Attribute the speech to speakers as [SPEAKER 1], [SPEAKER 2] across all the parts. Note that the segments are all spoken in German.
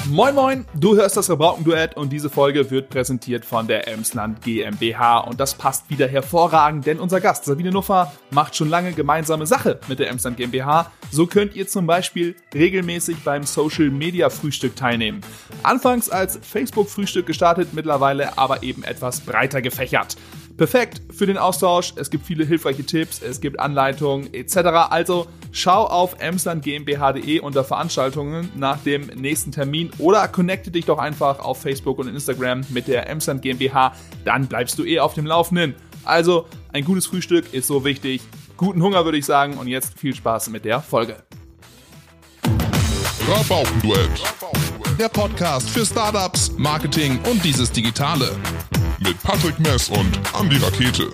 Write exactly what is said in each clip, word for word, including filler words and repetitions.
[SPEAKER 1] Moin Moin, du hörst das Rabauken-Duett und diese Folge wird präsentiert von der Emsland GmbH und das passt wieder hervorragend, denn unser Gast Sabine Nuffer macht schon lange gemeinsame Sache mit der Emsland GmbH. So könnt ihr zum Beispiel regelmäßig beim Social-Media-Frühstück teilnehmen. Anfangs als Facebook-Frühstück gestartet, mittlerweile aber eben etwas breiter gefächert. Perfekt für den Austausch, es gibt viele hilfreiche Tipps, es gibt Anleitungen et cetera. Also schau auf emsland g m b h punkt d e unter Veranstaltungen nach dem nächsten Termin oder connecte dich doch einfach auf Facebook und Instagram mit der Emsland GmbH, dann bleibst du eh auf dem Laufenden. Also ein gutes Frühstück ist so wichtig. Guten Hunger würde ich sagen und jetzt viel Spaß mit der Folge.
[SPEAKER 2] Rabauken-Duett, der Podcast für Startups, Marketing und dieses Digitale. Mit Patrick Mess und Andi Rakete.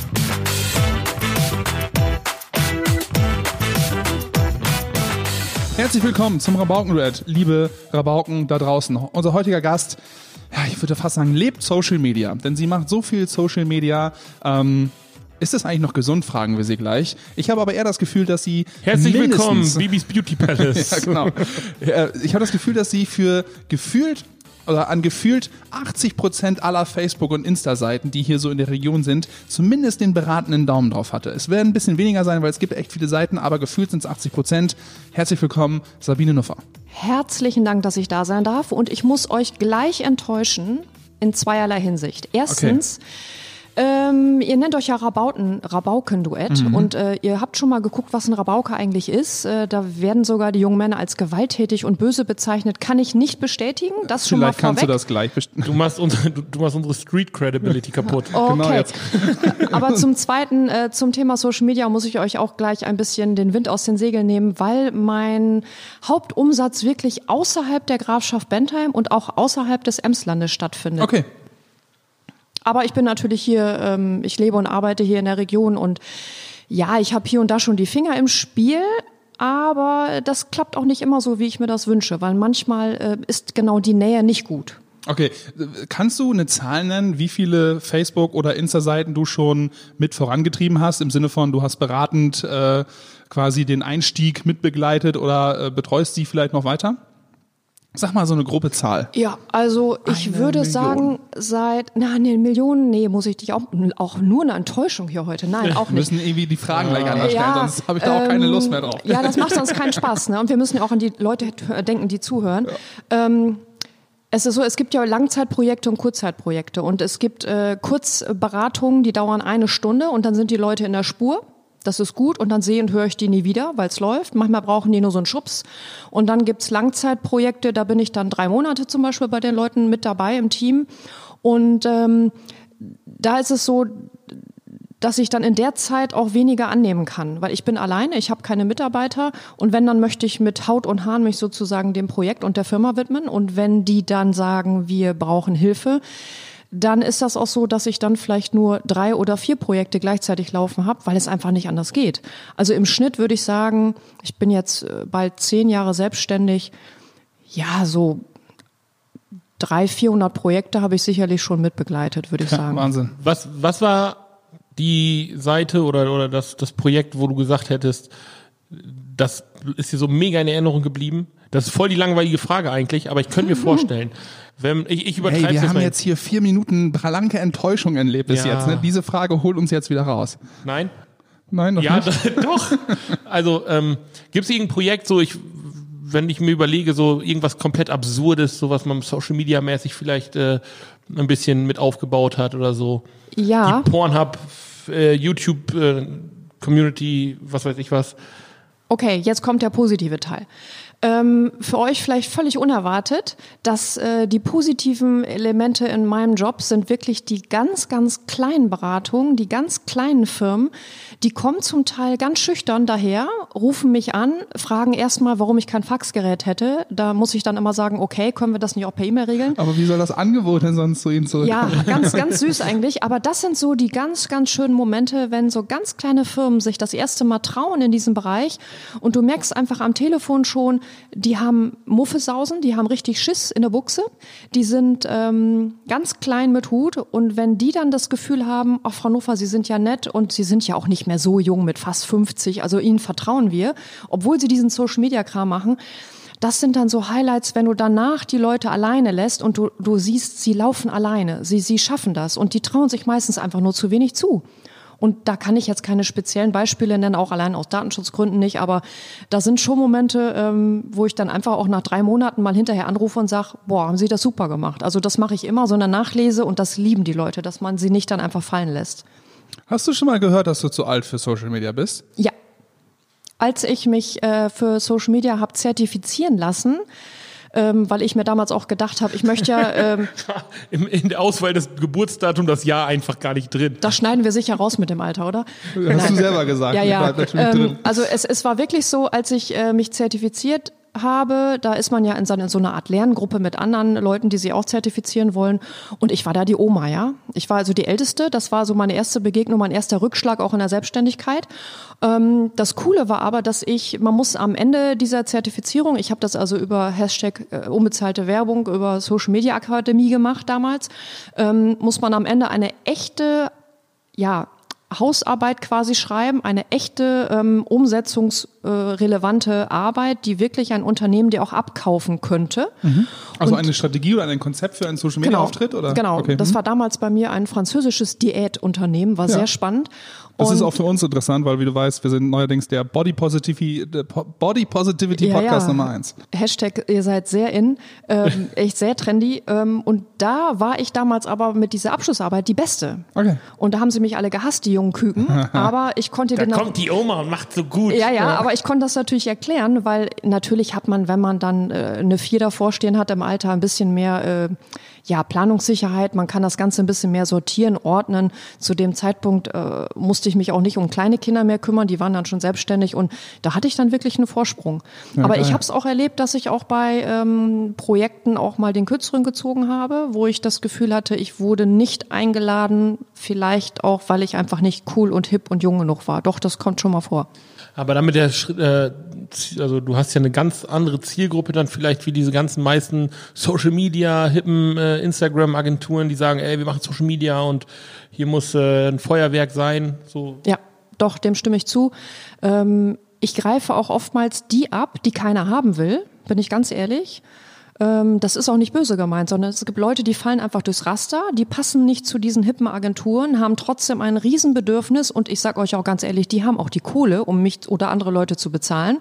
[SPEAKER 3] Herzlich willkommen zum Rabauken-Duett, liebe Rabauken da draußen. Unser heutiger Gast, ja, ich würde fast sagen, lebt Social Media, denn sie macht so viel Social Media. Ähm, ist das eigentlich noch gesund, fragen wir sie gleich. Ich habe aber eher das Gefühl, dass sie
[SPEAKER 4] Herzlich
[SPEAKER 3] mindestens,
[SPEAKER 4] willkommen, Bibis Beauty Palace.
[SPEAKER 3] Ja, genau. Ich habe das Gefühl, dass sie für gefühlt oder an gefühlt achtzig Prozent aller Facebook- und Insta-Seiten, die hier so in der Region sind, zumindest den beratenden Daumen drauf hatte. Es werden ein bisschen weniger sein, weil es gibt echt viele Seiten, aber gefühlt sind es achtzig Prozent. Herzlich willkommen, Sabine Nuffer.
[SPEAKER 5] Herzlichen Dank, dass ich da sein darf und ich muss euch gleich enttäuschen in zweierlei Hinsicht. Erstens, okay. Ähm, ihr nennt euch ja Rabauten, Rabauken-Duett mhm. und äh, ihr habt schon mal geguckt, was ein Rabauke eigentlich ist. Äh, da werden sogar die jungen Männer als gewalttätig und böse bezeichnet. Kann ich nicht bestätigen. Das schon
[SPEAKER 3] Vielleicht
[SPEAKER 5] mal
[SPEAKER 3] kannst
[SPEAKER 5] vorweg.
[SPEAKER 3] du das gleich bestätigen.
[SPEAKER 4] Du machst unsere, du, du machst unsere Street Credibility kaputt.
[SPEAKER 5] Okay.
[SPEAKER 3] Genau jetzt.
[SPEAKER 5] Aber zum Zweiten, äh, zum Thema Social Media muss ich euch auch gleich ein bisschen den Wind aus den Segeln nehmen, weil mein Hauptumsatz wirklich außerhalb der Grafschaft Bentheim und auch außerhalb des Emslandes stattfindet.
[SPEAKER 3] Okay.
[SPEAKER 5] Aber ich bin natürlich hier, ähm, ich lebe und arbeite hier in der Region und ja, ich habe hier und da schon die Finger im Spiel, aber das klappt auch nicht immer so, wie ich mir das wünsche, weil manchmal äh, ist genau die Nähe nicht gut.
[SPEAKER 3] Okay, kannst du eine Zahl nennen, wie viele Facebook- oder Insta-Seiten du schon mit vorangetrieben hast, im Sinne von, du hast beratend äh, quasi den Einstieg mitbegleitet oder äh, betreust sie vielleicht noch weiter? Sag mal so eine grobe Zahl.
[SPEAKER 5] Ja, also ich
[SPEAKER 3] Eine
[SPEAKER 5] würde
[SPEAKER 3] Million.
[SPEAKER 5] sagen, seit, na, ne, Millionen, nee, muss ich dich auch, auch nur eine Enttäuschung hier heute, nein, auch
[SPEAKER 3] Wir
[SPEAKER 5] nicht.
[SPEAKER 3] müssen irgendwie die Fragen gleich anders stellen,
[SPEAKER 5] Ja,
[SPEAKER 3] sonst habe ich da auch keine
[SPEAKER 5] ähm,
[SPEAKER 3] Lust mehr drauf.
[SPEAKER 5] Ja, das macht sonst keinen Spaß, ne? Und wir müssen ja auch an die Leute denken, die zuhören. Ja. Ähm, Es ist so, es gibt ja Langzeitprojekte und Kurzzeitprojekte und es gibt äh, Kurzberatungen, die dauern eine Stunde und dann sind die Leute in der Spur. Das ist gut und dann sehe und höre ich die nie wieder, weil es läuft. Manchmal brauchen die nur so einen Schubs. Und dann gibt's Langzeitprojekte, da bin ich dann drei Monate zum Beispiel bei den Leuten mit dabei im Team. Und ähm, da ist es so, dass ich dann in der Zeit auch weniger annehmen kann, weil ich bin alleine, ich habe keine Mitarbeiter und wenn, dann möchte ich mit Haut und Haaren mich sozusagen dem Projekt und der Firma widmen und wenn die dann sagen, wir brauchen Hilfe, dann ist das auch so, dass ich dann vielleicht nur drei oder vier Projekte gleichzeitig laufen habe, weil es einfach nicht anders geht. Also im Schnitt würde ich sagen, ich bin jetzt bald zehn Jahre selbstständig, ja, so dreihundert, vierhundert Projekte habe ich sicherlich schon mitbegleitet, würde ich sagen.
[SPEAKER 3] Ja, Wahnsinn.
[SPEAKER 4] Was, was war die Seite oder, oder das, das Projekt, wo du gesagt hättest, das ist dir so mega in Erinnerung geblieben? Das ist voll die langweilige Frage eigentlich, aber ich könnte mir vorstellen, wenn ich, ich übertreibe
[SPEAKER 3] Hey, wir
[SPEAKER 4] jetzt
[SPEAKER 3] haben
[SPEAKER 4] mal.
[SPEAKER 3] jetzt hier vier Minuten blanke Enttäuschung erlebt bis
[SPEAKER 4] Ja.
[SPEAKER 3] jetzt. Ne? Diese Frage holt uns jetzt wieder raus.
[SPEAKER 4] Nein?
[SPEAKER 3] Nein, noch
[SPEAKER 4] Ja,
[SPEAKER 3] nicht.
[SPEAKER 4] doch. Also ähm, gibt es irgendein Projekt, so ich, wenn ich mir überlege, so irgendwas komplett Absurdes, so was man Social Media mäßig vielleicht äh, ein bisschen mit aufgebaut hat oder so.
[SPEAKER 5] Ja.
[SPEAKER 4] Die Pornhub, äh, YouTube, äh, Community, was weiß ich was.
[SPEAKER 5] Okay, jetzt kommt der positive Teil. Ähm, für euch vielleicht völlig unerwartet, dass äh, die positiven Elemente in meinem Job sind wirklich die ganz, ganz kleinen Beratungen, die ganz kleinen Firmen, die kommen zum Teil ganz schüchtern daher, rufen mich an, fragen erstmal, warum ich kein Faxgerät hätte. Da muss ich dann immer sagen, okay, können wir das nicht auch per E-Mail regeln?
[SPEAKER 3] Aber wie soll das Angebot denn sonst zu Ihnen zurückkommen?
[SPEAKER 5] Ja, ganz, ganz süß eigentlich. Aber das sind so die ganz, ganz schönen Momente, wenn so ganz kleine Firmen sich das erste Mal trauen in diesem Bereich und du merkst einfach am Telefon schon, die haben Muffesausen, die haben richtig Schiss in der Buchse, die sind ähm, ganz klein mit Hut und wenn die dann das Gefühl haben, ach Frau Nuffer, Sie sind ja nett und Sie sind ja auch nicht mehr so jung mit fast fünfzig, also Ihnen vertrauen wir, obwohl Sie diesen Social-Media-Kram machen, Das sind dann so Highlights, wenn du danach die Leute alleine lässt und du, du siehst, sie laufen alleine, sie, sie schaffen das und die trauen sich meistens einfach nur zu wenig zu. Und da kann ich jetzt keine speziellen Beispiele nennen, auch allein aus Datenschutzgründen nicht, aber da sind schon Momente, ähm, wo ich dann einfach auch nach drei Monaten mal hinterher anrufe und sage, boah, haben Sie das super gemacht. Also das mache ich immer, so eine Nachlese und das lieben die Leute, dass man sie nicht dann einfach fallen lässt.
[SPEAKER 3] Hast du schon mal gehört, dass du zu alt für Social Media bist?
[SPEAKER 5] Ja. Als ich mich äh, für Social Media habe zertifizieren lassen, ähm, weil ich mir damals auch gedacht habe, ich möchte ja... Ähm,
[SPEAKER 4] In, in der Auswahl des Geburtsdatums das Jahr einfach gar nicht drin.
[SPEAKER 5] Das schneiden wir sicher raus mit dem Alter, oder?
[SPEAKER 3] Das hast Nein. du selber gesagt.
[SPEAKER 5] Ja, ja.
[SPEAKER 3] Bleibt natürlich
[SPEAKER 5] Ähm,
[SPEAKER 3] drin.
[SPEAKER 5] also es, es war wirklich so, als ich äh, mich zertifiziert habe, da ist man ja in so, in so einer Art Lerngruppe mit anderen Leuten, die sich auch zertifizieren wollen. Und ich war da die Oma, ja. Ich war also die Älteste. Das war so meine erste Begegnung, mein erster Rückschlag auch in der Selbstständigkeit. Ähm, das Coole war aber, dass ich, man muss am Ende dieser Zertifizierung, ich habe das also über Hashtag äh, unbezahlte Werbung, über Social Media Akademie gemacht damals, ähm, muss man am Ende eine echte, ja, Hausarbeit quasi schreiben, eine echte ähm, umsetzungsrelevante äh, Arbeit, die wirklich ein Unternehmen dir auch abkaufen könnte.
[SPEAKER 3] Mhm. Also
[SPEAKER 5] Und,
[SPEAKER 3] eine Strategie oder ein Konzept für einen Social-Media-Auftritt?
[SPEAKER 5] Genau,
[SPEAKER 3] oder?
[SPEAKER 5] genau.
[SPEAKER 3] Okay.
[SPEAKER 5] Das
[SPEAKER 3] Mhm.
[SPEAKER 5] war damals bei mir ein französisches Diätunternehmen, war
[SPEAKER 3] Ja.
[SPEAKER 5] sehr spannend.
[SPEAKER 3] Das
[SPEAKER 5] Und
[SPEAKER 3] ist auch für uns interessant, weil wie du weißt, wir sind neuerdings der Body Positivity, der Body Positivity
[SPEAKER 5] Ja,
[SPEAKER 3] Podcast
[SPEAKER 5] ja.
[SPEAKER 3] Nummer eins.
[SPEAKER 5] Hashtag, ihr seid sehr in, ähm, echt sehr trendy. Ähm, und da war ich damals aber mit dieser Abschlussarbeit die Beste.
[SPEAKER 3] Okay.
[SPEAKER 5] Und da haben sie mich alle gehasst, die jungen Küken. Aber ich konnte
[SPEAKER 4] Da
[SPEAKER 5] den
[SPEAKER 4] kommt die Oma und macht so gut.
[SPEAKER 5] Ja, ja, aber ich konnte das natürlich erklären, weil natürlich hat man, wenn man dann äh, eine vier davor stehen hat im Alter, ein bisschen mehr äh, ja, Planungssicherheit. Man kann das Ganze ein bisschen mehr sortieren, ordnen. Zu dem Zeitpunkt äh, musste ich mich auch nicht um kleine Kinder mehr kümmern, die waren dann schon selbstständig und da hatte ich dann wirklich einen Vorsprung.
[SPEAKER 3] Ja,
[SPEAKER 5] aber
[SPEAKER 3] geil.
[SPEAKER 5] ich habe es auch erlebt, dass ich auch bei ähm, Projekten auch mal den Kürzeren gezogen habe, wo ich das Gefühl hatte, ich wurde nicht eingeladen, vielleicht auch, weil ich einfach nicht cool und hip und jung genug war. Doch, das kommt schon mal vor.
[SPEAKER 4] Aber damit der Schritt, äh, also du hast ja eine ganz andere Zielgruppe dann vielleicht wie diese ganzen meisten Social Media, hippen äh, Instagram-Agenturen, die sagen, ey, wir machen Social Media und hier muss äh, ein Feuerwerk sein. So.
[SPEAKER 5] Ja, doch, dem stimme ich zu. Ähm, ich greife auch oftmals die ab, die keiner haben will, bin ich ganz ehrlich. Ähm, das ist auch nicht böse gemeint, sondern es gibt Leute, die fallen einfach durchs Raster, die passen nicht zu diesen hippen Agenturen, haben trotzdem ein Riesenbedürfnis und ich sag euch auch ganz ehrlich, die haben auch die Kohle, um mich oder andere Leute zu bezahlen.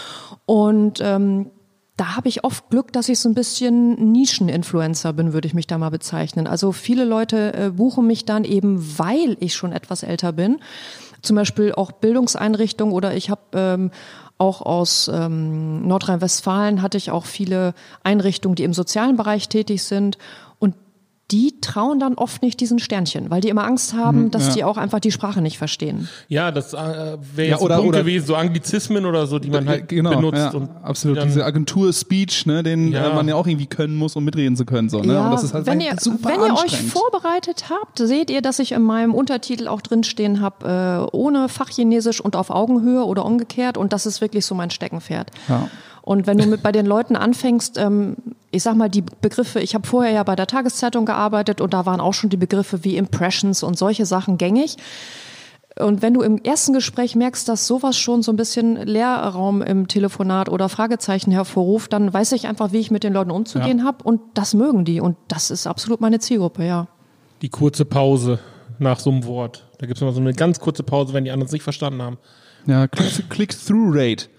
[SPEAKER 5] Und ähm, da habe ich oft Glück, dass ich so ein bisschen Nischen-Influencer bin, würde ich mich da mal bezeichnen. Also viele Leute äh, buchen mich dann eben, weil ich schon etwas älter bin. Zum Beispiel auch Bildungseinrichtungen oder ich habe ähm, auch aus ähm, Nordrhein-Westfalen hatte ich auch viele Einrichtungen, die im sozialen Bereich tätig sind und die trauen dann oft nicht diesen Sternchen, weil die immer Angst haben, dass
[SPEAKER 3] ja.
[SPEAKER 5] die auch einfach die Sprache nicht verstehen.
[SPEAKER 4] Ja, das äh, wäre
[SPEAKER 3] Ja,
[SPEAKER 4] jetzt
[SPEAKER 3] oder-
[SPEAKER 4] ein Punkt
[SPEAKER 3] oder-
[SPEAKER 4] gewesen, so Anglizismen oder so, die man halt
[SPEAKER 3] genau,
[SPEAKER 4] benutzt.
[SPEAKER 3] ja,
[SPEAKER 4] Und
[SPEAKER 3] absolut.
[SPEAKER 4] dann-
[SPEAKER 3] Diese Agentur-Speech, ne, den
[SPEAKER 4] Ja.
[SPEAKER 3] äh, man ja auch irgendwie können muss, um mitreden zu können. So, ne?
[SPEAKER 5] Ja,
[SPEAKER 3] Und das ist halt
[SPEAKER 5] wenn ihr,
[SPEAKER 3] super
[SPEAKER 5] wenn ihr euch
[SPEAKER 3] anstrengend.
[SPEAKER 5] vorbereitet habt, seht ihr, dass ich in meinem Untertitel auch drinstehen habe, äh, ohne Fachchinesisch und auf Augenhöhe oder umgekehrt. Und das ist wirklich so mein Steckenpferd.
[SPEAKER 3] Ja.
[SPEAKER 5] Und wenn du mit bei den Leuten anfängst, ähm, ich sag mal, die Begriffe, ich habe vorher ja bei der Tageszeitung gearbeitet und da waren auch schon die Begriffe wie Impressions und solche Sachen gängig. Und wenn du im ersten Gespräch merkst, dass sowas schon so ein bisschen Leerraum im Telefonat oder Fragezeichen hervorruft, dann weiß ich einfach, wie ich mit den Leuten umzugehen
[SPEAKER 3] Ja.
[SPEAKER 5] habe und das mögen die und das ist absolut meine Zielgruppe, ja.
[SPEAKER 4] Die kurze Pause nach so einem Wort. Da gibt es immer so eine ganz kurze Pause, wenn die anderen es nicht verstanden haben.
[SPEAKER 3] Ja, Click- Click-Through-Rate.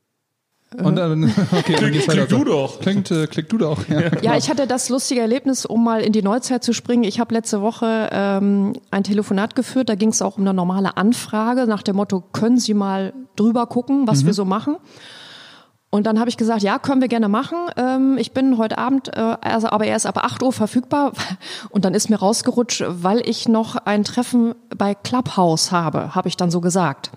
[SPEAKER 3] Und dann, okay, dann geht's
[SPEAKER 4] Klick
[SPEAKER 3] weiter.
[SPEAKER 4] du doch.
[SPEAKER 3] Klingt, äh, klick du doch. Ja.
[SPEAKER 5] Ja, ich hatte das lustige Erlebnis, um mal in die Neuzeit zu springen. Ich habe letzte Woche ähm, ein Telefonat geführt, da ging es auch um eine normale Anfrage nach dem Motto, können Sie mal drüber gucken, was wir so machen? Und dann habe ich gesagt, ja, können wir gerne machen. Ähm, ich bin heute Abend, äh, also, aber erst ab acht Uhr verfügbar. Und dann ist mir rausgerutscht, weil ich noch ein Treffen bei Clubhouse habe, habe ich dann so gesagt.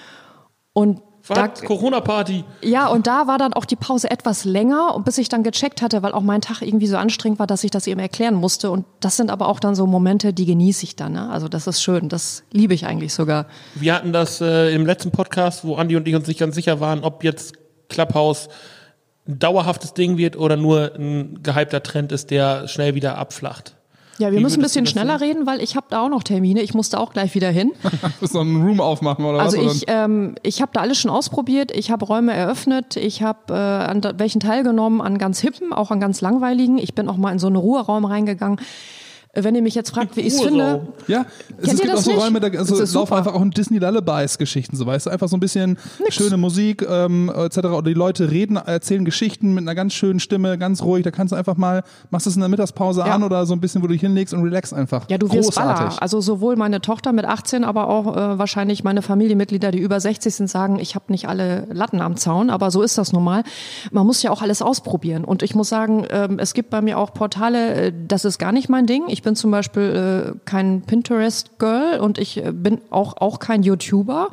[SPEAKER 5] Und da,
[SPEAKER 4] Was? Corona-Party.
[SPEAKER 5] ja, und da war dann auch die Pause etwas länger, und bis ich dann gecheckt hatte, weil auch mein Tag irgendwie so anstrengend war, dass ich das eben erklären musste. Und das sind aber auch dann so Momente, die genieße ich dann. Ne? Also das ist schön, das liebe ich eigentlich sogar.
[SPEAKER 4] Wir hatten das äh, im letzten Podcast, wo Andi und ich uns nicht ganz sicher waren, ob jetzt Clubhouse ein dauerhaftes Ding wird oder nur ein gehypter Trend ist, der schnell wieder abflacht.
[SPEAKER 5] Ja, wir
[SPEAKER 4] Wie
[SPEAKER 5] müssen ein
[SPEAKER 4] würdest du
[SPEAKER 5] bisschen
[SPEAKER 4] das
[SPEAKER 5] schneller
[SPEAKER 4] sehen?
[SPEAKER 5] reden, weil ich habe da auch noch Termine. Ich musste auch gleich wieder hin.
[SPEAKER 3] Musst du noch einen Room aufmachen oder
[SPEAKER 5] Also
[SPEAKER 3] was?
[SPEAKER 5] ich, ähm, ich habe da alles schon ausprobiert. Ich habe Räume eröffnet. Ich habe äh, an da- welchen teilgenommen, an ganz hippen, auch an ganz langweiligen. Ich bin auch mal in so einen Ruheraum reingegangen. Wenn ihr mich jetzt fragt, wie ich es finde.
[SPEAKER 3] Ja, es,
[SPEAKER 5] Kennt
[SPEAKER 3] es
[SPEAKER 5] ihr
[SPEAKER 3] gibt
[SPEAKER 5] das
[SPEAKER 3] auch so
[SPEAKER 5] nicht?
[SPEAKER 3] Räume, da also
[SPEAKER 5] Das ist
[SPEAKER 3] laufen
[SPEAKER 5] super.
[SPEAKER 3] einfach auch in Disney Lullabies Geschichten, so weißt du, einfach so ein bisschen
[SPEAKER 5] Nix.
[SPEAKER 3] schöne Musik ähm, et cetera. Oder die Leute reden, erzählen Geschichten mit einer ganz schönen Stimme, ganz ruhig. Da kannst du einfach mal, machst es in der Mittagspause
[SPEAKER 5] Ja.
[SPEAKER 3] an oder so ein bisschen, wo du dich hinlegst und relax einfach.
[SPEAKER 5] Ja, du wirst
[SPEAKER 3] Großartig.
[SPEAKER 5] baller. Also sowohl meine Tochter mit achtzehn, aber auch äh, wahrscheinlich meine Familienmitglieder, die über sechzig sind, sagen, ich habe nicht alle Latten am Zaun, aber so ist das nun mal. Man muss ja auch alles ausprobieren. Und ich muss sagen, ähm, es gibt bei mir auch Portale, äh, das ist gar nicht mein Ding. Ich bin zum Beispiel äh, kein Pinterest-Girl und ich äh, bin auch, auch kein YouTuber.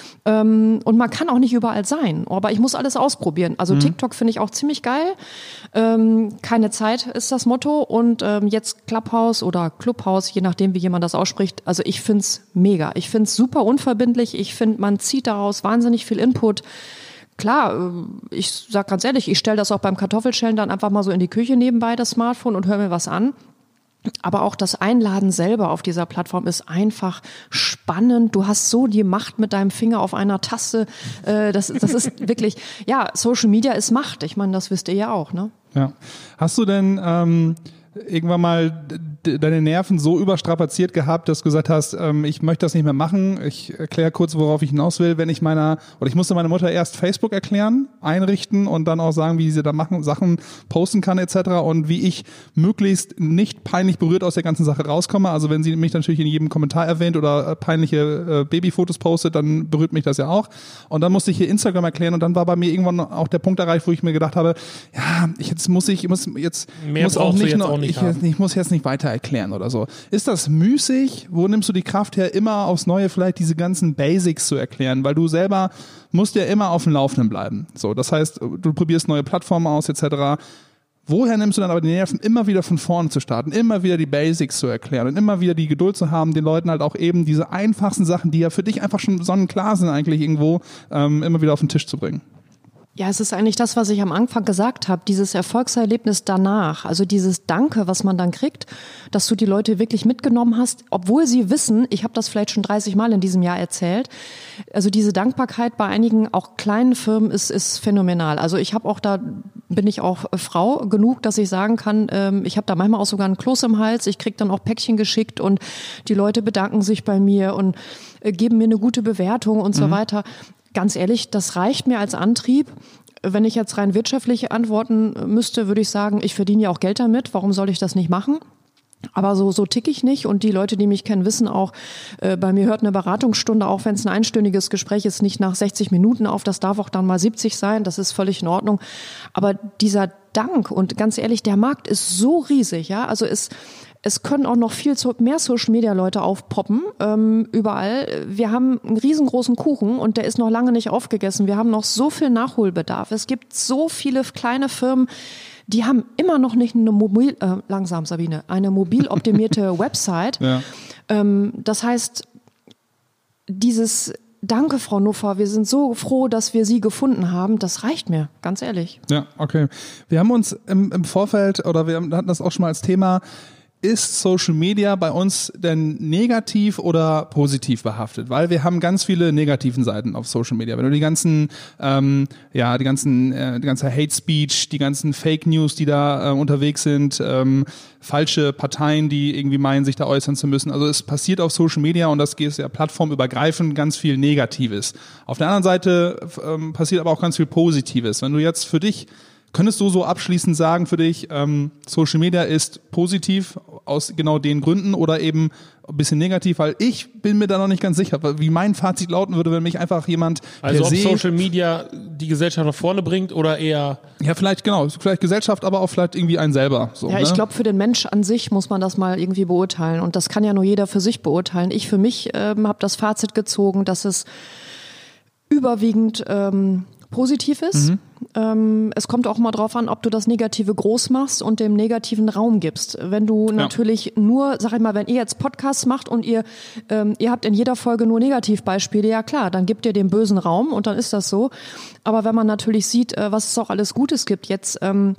[SPEAKER 5] Ähm, und man kann auch nicht überall sein, aber ich muss alles ausprobieren. Also TikTok finde ich auch ziemlich geil. Ähm, keine Zeit ist das Motto und ähm, jetzt Clubhouse oder Clubhouse, je nachdem, wie jemand das ausspricht. Also ich finde es mega. Ich finde es super unverbindlich. Ich finde, man zieht daraus wahnsinnig viel Input. Klar, äh, ich sag ganz ehrlich, ich stelle das auch beim Kartoffelschälen dann einfach mal so in die Küche nebenbei, das Smartphone, und höre mir was an. Aber auch das Einladen selber auf dieser Plattform ist einfach spannend. Du hast so die Macht mit deinem Finger auf einer Taste. Äh, das, das ist wirklich, ja, Social Media ist Macht. Ich meine, das wisst ihr ja auch, ne?
[SPEAKER 3] Ja. Hast du denn ähm, irgendwann mal d- deine Nerven so überstrapaziert gehabt, dass du gesagt hast, ähm, ich möchte das nicht mehr machen? Ich erkläre kurz, worauf ich hinaus will. Wenn ich meiner, oder ich musste meiner Mutter erst Facebook erklären, einrichten und dann auch sagen, wie sie da machen, Sachen posten kann et cetera und wie ich möglichst nicht peinlich berührt aus der ganzen Sache rauskomme. Also wenn sie mich natürlich in jedem Kommentar erwähnt oder äh, peinliche äh, Babyfotos postet, dann berührt mich das ja auch. Und dann musste ich hier Instagram erklären und dann war bei mir irgendwann auch der Punkt erreicht, wo ich mir gedacht habe, ja, ich, jetzt muss ich, ich muss jetzt
[SPEAKER 4] Mehr
[SPEAKER 3] muss auch
[SPEAKER 4] brauchst du
[SPEAKER 3] nicht
[SPEAKER 4] jetzt
[SPEAKER 3] noch,
[SPEAKER 4] auch nicht
[SPEAKER 3] ich,
[SPEAKER 4] haben.
[SPEAKER 3] ich muss jetzt nicht weiter erklären oder so. Ist das müßig? Wo nimmst du die Kraft her, immer aufs Neue vielleicht diese ganzen Basics zu erklären? Weil du selber musst ja immer auf dem Laufenden bleiben. So, das heißt, du probierst neue Plattformen aus et cetera. Woher nimmst du dann aber die Nerven, immer wieder von vorne zu starten, immer wieder die Basics zu erklären und immer wieder die Geduld zu haben, den Leuten halt auch eben diese einfachsten Sachen, die ja für dich einfach schon sonnenklar sind eigentlich irgendwo, ähm, immer wieder auf den Tisch zu bringen?
[SPEAKER 5] Ja, es ist eigentlich das, was ich am Anfang gesagt habe, dieses Erfolgserlebnis danach, also dieses Danke, was man dann kriegt, dass du die Leute wirklich mitgenommen hast, obwohl sie wissen, ich habe das vielleicht schon dreißig Mal in diesem Jahr erzählt, also diese Dankbarkeit bei einigen auch kleinen Firmen ist, ist phänomenal. Also ich habe auch da, bin ich auch Frau genug, dass ich sagen kann, ähm, ich habe da manchmal auch sogar einen Kloß im Hals, ich krieg dann auch Päckchen geschickt und die Leute bedanken sich bei mir und äh, geben mir eine gute Bewertung und so weiter. Ganz ehrlich, das reicht mir als Antrieb. Wenn ich jetzt rein wirtschaftlich antworten müsste, würde ich sagen, ich verdiene ja auch Geld damit. Warum soll ich das nicht machen? Aber so, so tick ich nicht. Und die Leute, die mich kennen, wissen auch, äh, bei mir hört eine Beratungsstunde, auch wenn es ein einstündiges Gespräch ist, nicht nach sechzig Minuten auf. Das darf auch dann mal siebzig sein. Das ist völlig in Ordnung. Aber dieser Dank, und ganz ehrlich, der Markt ist so riesig, ja. Also es, Es können auch noch viel mehr Social-Media-Leute aufpoppen, ähm, überall. Wir haben einen riesengroßen Kuchen und der ist noch lange nicht aufgegessen. Wir haben noch so viel Nachholbedarf. Es gibt so viele kleine Firmen, die haben immer noch nicht eine mobil, äh, langsam Sabine, eine mobil optimierte Website.
[SPEAKER 3] Ja.
[SPEAKER 5] Ähm, das heißt, dieses Danke, Frau Nuffer, wir sind so froh, dass wir Sie gefunden haben. Das reicht mir, ganz ehrlich.
[SPEAKER 3] Ja, okay. Wir haben uns im, im Vorfeld, oder wir hatten das auch schon mal als Thema, ist Social Media bei uns denn negativ oder positiv behaftet? Weil wir haben ganz viele negativen Seiten auf Social Media. Wenn du die ganzen, ähm, ja, die ganzen, äh, die ganze Hate Speech, die ganzen Fake News, die da äh, unterwegs sind, ähm, falsche Parteien, die irgendwie meinen, sich da äußern zu müssen. Also es passiert auf Social Media, und das ist ja plattformübergreifend, ganz viel Negatives. Auf der anderen Seite ähm, passiert aber auch ganz viel Positives. Wenn du jetzt für dich Könntest du so abschließend sagen für dich, ähm, Social Media ist positiv aus genau den Gründen oder eben ein bisschen negativ? Weil ich bin mir da noch nicht ganz sicher, wie mein Fazit lauten würde, wenn mich einfach jemand
[SPEAKER 4] Also
[SPEAKER 3] per
[SPEAKER 4] ob
[SPEAKER 3] se,
[SPEAKER 4] Social Media die Gesellschaft nach vorne bringt oder eher...
[SPEAKER 3] ja, vielleicht genau, vielleicht Gesellschaft, aber auch vielleicht irgendwie einen selber. So,
[SPEAKER 5] Ja,
[SPEAKER 3] ne?
[SPEAKER 5] ich glaube, für den Mensch an sich muss man das mal irgendwie beurteilen. Und das kann ja nur jeder für sich beurteilen. Ich für mich ähm, habe das Fazit gezogen, dass es überwiegend ähm, positiv ist. Mhm. Ähm, es kommt auch mal drauf an, ob du das Negative groß machst und dem Negativen Raum gibst. Wenn du ja. natürlich nur, sag ich mal, wenn ihr jetzt Podcasts macht und ihr ähm, ihr habt in jeder Folge nur Negativbeispiele, ja klar, dann gebt ihr dem Bösen Raum und dann ist das so. Aber wenn man natürlich sieht, äh, was es auch alles Gutes gibt, jetzt ähm,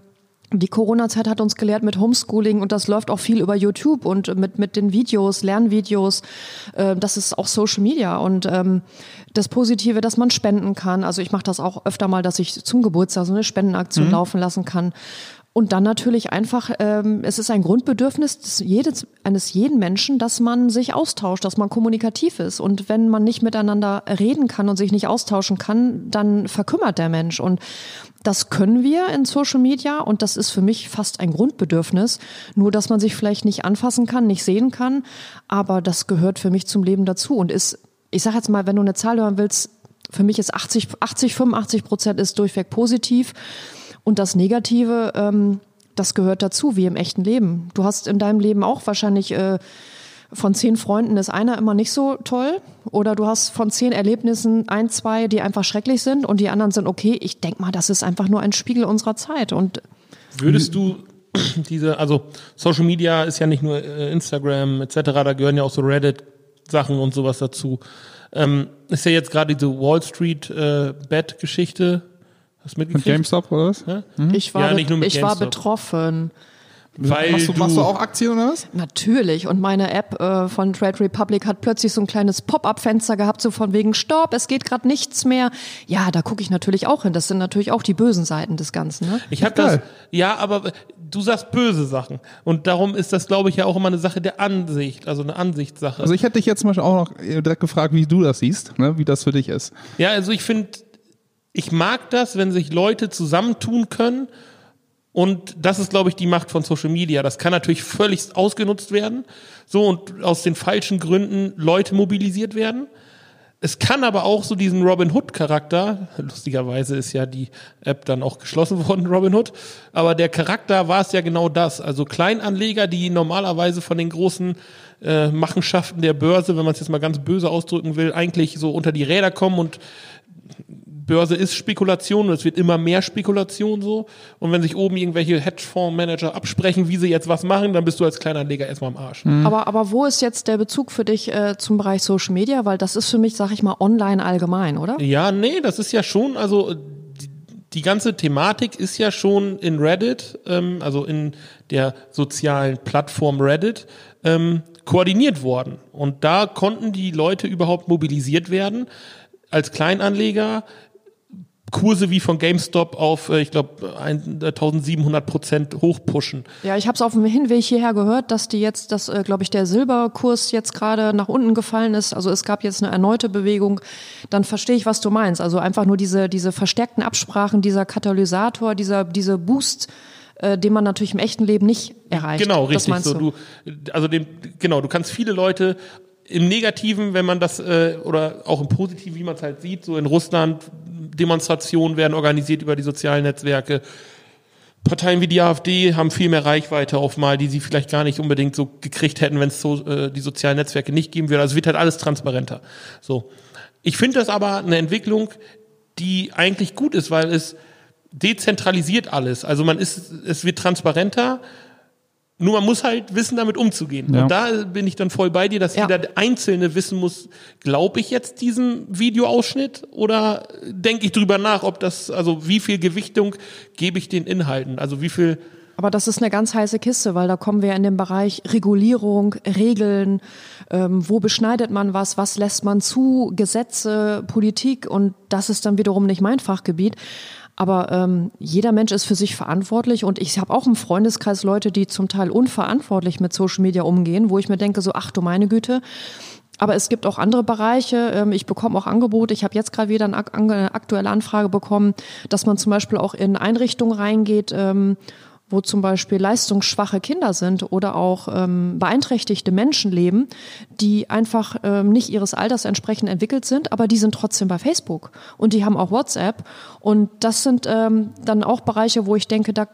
[SPEAKER 5] Die Corona-Zeit hat uns gelehrt mit Homeschooling und das läuft auch viel über YouTube und mit mit den Videos, Lernvideos. Äh, das ist auch Social Media und ähm, das Positive, dass man spenden kann. Also ich mache das auch öfter mal, dass ich zum Geburtstag so eine Spendenaktion mhm. laufen lassen kann. Und dann natürlich einfach, ähm, es ist ein Grundbedürfnis des jedes, eines jeden Menschen, dass man sich austauscht, dass man kommunikativ ist. Und wenn man nicht miteinander reden kann und sich nicht austauschen kann, dann verkümmert der Mensch. Und das können wir in Social Media und das ist für mich fast ein Grundbedürfnis. Nur, dass man sich vielleicht nicht anfassen kann, nicht sehen kann. Aber das gehört für mich zum Leben dazu und ist, ich sage jetzt mal, wenn du eine Zahl hören willst, für mich ist achtzig, achtzig, fünfundachtzig Prozent ist durchweg positiv. Und das Negative, ähm, das gehört dazu, wie im echten Leben. Du hast in deinem Leben auch wahrscheinlich äh, von zehn Freunden ist einer immer nicht so toll. Oder du hast von zehn Erlebnissen ein, zwei, die einfach schrecklich sind und die anderen sind okay. Ich denke mal, das ist einfach nur ein Spiegel unserer Zeit. Und
[SPEAKER 4] würdest du diese, also Social Media ist ja nicht nur äh, Instagram et cetera, da gehören ja auch so Reddit-Sachen und sowas dazu. Ähm, ist ja jetzt gerade diese Wall Street äh, Bet-Geschichte. Hast du mitgekriegt?
[SPEAKER 3] Mit GameStop oder was?
[SPEAKER 4] Ja?
[SPEAKER 5] Mhm. Ich, war,
[SPEAKER 4] ja, nicht nur mit
[SPEAKER 5] ich war
[SPEAKER 4] GameStop.
[SPEAKER 5] betroffen.
[SPEAKER 4] Weil
[SPEAKER 3] machst, du,
[SPEAKER 4] du,
[SPEAKER 3] machst du auch Aktien oder was?
[SPEAKER 5] Natürlich. Und meine App äh, von Trade Republic hat plötzlich so ein kleines Pop-up-Fenster gehabt, so von wegen Stopp, es geht gerade nichts mehr. Ja, da gucke ich natürlich auch hin. Das sind natürlich auch die bösen Seiten des Ganzen. Ne?
[SPEAKER 4] Ich habe das, ja, aber du sagst böse Sachen. Und darum ist das, glaube ich, ja auch immer eine Sache der Ansicht, also eine Ansichtssache.
[SPEAKER 3] Also ich hätte dich jetzt zum Beispiel auch noch direkt gefragt, wie du das siehst, ne? Wie das für dich ist.
[SPEAKER 4] Ja, also ich finde, ich mag das, wenn sich Leute zusammentun können. Und das ist, glaube ich, die Macht von Social Media. Das kann natürlich völlig ausgenutzt werden. So, und aus den falschen Gründen Leute mobilisiert werden. Es kann aber auch so diesen Robin Hood-Charakter, lustigerweise ist ja die App dann auch geschlossen worden, Robin Hood, aber der Charakter war es ja genau das. Also Kleinanleger, die normalerweise von den großen äh, Machenschaften der Börse, wenn man es jetzt mal ganz böse ausdrücken will, eigentlich so unter die Räder kommen und Börse ist Spekulation und es wird immer mehr Spekulation so. Und wenn sich oben irgendwelche Hedgefondsmanager absprechen, wie sie jetzt was machen, dann bist du als Kleinanleger erstmal am Arsch.
[SPEAKER 5] Mhm. Aber, aber wo ist jetzt der Bezug für dich äh, zum Bereich Social Media? Weil das ist für mich, sag ich mal, online allgemein, oder?
[SPEAKER 4] Ja, nee, das ist ja schon, also die, die ganze Thematik ist ja schon in Reddit, ähm, also in der sozialen Plattform Reddit, ähm, koordiniert worden. Und da konnten die Leute überhaupt mobilisiert werden, als Kleinanleger Kurse wie von GameStop auf, ich glaube, eintausendsiebenhundert Prozent hochpushen.
[SPEAKER 5] Ja, ich habe es auf dem Hinweg hierher gehört, dass die jetzt, dass, äh, glaube ich, der Silberkurs jetzt gerade nach unten gefallen ist. Also es gab jetzt eine erneute Bewegung. Dann verstehe ich, was du meinst. Also einfach nur diese diese verstärkten Absprachen, dieser Katalysator, dieser diese Boost, äh, den man natürlich im echten Leben nicht erreicht.
[SPEAKER 4] Genau, richtig.
[SPEAKER 5] Das meinst
[SPEAKER 4] so,
[SPEAKER 5] du?
[SPEAKER 4] du, also den, genau, du kannst viele Leute im Negativen, wenn man das, äh, oder auch im Positiven, wie man es halt sieht, so in Russland, Demonstrationen werden organisiert über die sozialen Netzwerke. Parteien wie die AfD haben viel mehr Reichweite auf mal, die sie vielleicht gar nicht unbedingt so gekriegt hätten, wenn es so äh, die sozialen Netzwerke nicht geben würde. Also es wird halt alles transparenter. So, ich finde das aber eine Entwicklung, die eigentlich gut ist, weil es dezentralisiert alles. Also man ist, es wird transparenter. Nur man muss halt wissen, damit umzugehen.
[SPEAKER 3] Ja.
[SPEAKER 4] Und da bin ich dann voll bei dir, dass
[SPEAKER 5] Ja.
[SPEAKER 4] jeder Einzelne wissen muss, glaube ich jetzt diesem Videoausschnitt oder denke ich drüber nach, ob das, also wie viel Gewichtung gebe ich den Inhalten? Also wie viel...
[SPEAKER 5] Aber das ist eine ganz heiße Kiste, weil da kommen wir in den Bereich Regulierung, Regeln, ähm, wo beschneidet man was, was lässt man zu, Gesetze, Politik und das ist dann wiederum nicht mein Fachgebiet. Aber ähm, jeder Mensch ist für sich verantwortlich und ich habe auch im Freundeskreis Leute, die zum Teil unverantwortlich mit Social Media umgehen, wo ich mir denke, so ach du meine Güte. Aber es gibt auch andere Bereiche. Ähm, ich bekomme auch Angebote. Ich habe jetzt gerade wieder eine, eine aktuelle Anfrage bekommen, dass man zum Beispiel auch in Einrichtungen reingeht, ähm, wo zum Beispiel leistungsschwache Kinder sind oder auch ähm, beeinträchtigte Menschen leben, die einfach ähm, nicht ihres Alters entsprechend entwickelt sind, aber die sind trotzdem bei Facebook und die haben auch WhatsApp und das sind ähm, dann auch Bereiche, wo ich denke, da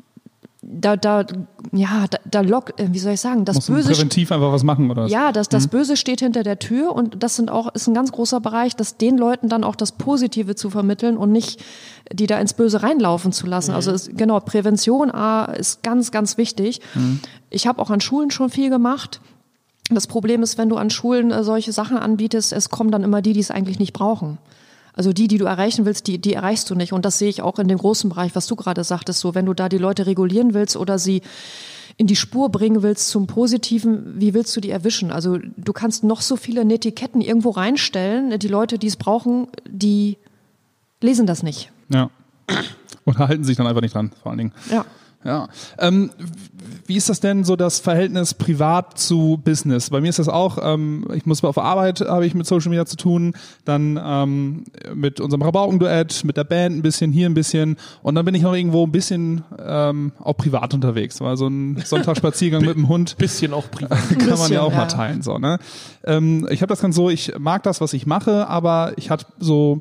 [SPEAKER 5] da da ja da, da lockt, wie soll ich sagen, das
[SPEAKER 3] Musst du
[SPEAKER 5] Böse
[SPEAKER 3] präventiv einfach was machen oder was?
[SPEAKER 5] ja, das, das Böse steht hinter der Tür und das sind auch, ist ein ganz großer Bereich, dass den Leuten dann auch das Positive zu vermitteln und nicht die da ins Böse reinlaufen zu lassen. Mhm. Also es, genau, Prävention A, ist ganz, ganz wichtig. Mhm. Ich habe auch an Schulen schon viel gemacht. Das Problem ist, wenn du an Schulen äh, solche Sachen anbietest, es kommen dann immer die, die es eigentlich nicht brauchen. Also die, die du erreichen willst, die, die erreichst du nicht. Und das sehe ich auch in dem großen Bereich, was du gerade sagtest, so wenn du da die Leute regulieren willst oder sie in die Spur bringen willst zum Positiven, wie willst du die erwischen? Also du kannst noch so viele Etiketten irgendwo reinstellen, die Leute, die es brauchen, die lesen das nicht.
[SPEAKER 3] Ja. Und halten sich dann einfach nicht dran, vor allen Dingen.
[SPEAKER 5] Ja.
[SPEAKER 3] Ja. Ähm, wie ist das denn so das Verhältnis privat zu Business? Bei mir ist das auch, ähm, ich muss mal auf der Arbeit, habe ich mit Social Media zu tun, dann ähm, mit unserem Rabauken-Duett, mit der Band ein bisschen, hier ein bisschen und dann bin ich noch irgendwo ein bisschen ähm, auch privat unterwegs. Weil so ein Sonntagsspaziergang mit dem Hund
[SPEAKER 4] Bisschen auch privat.
[SPEAKER 3] kann man
[SPEAKER 5] bisschen,
[SPEAKER 3] ja auch
[SPEAKER 5] ja.
[SPEAKER 3] mal teilen. So, ne? ähm, ich habe das ganz so, ich mag das, was ich mache, aber ich hatte so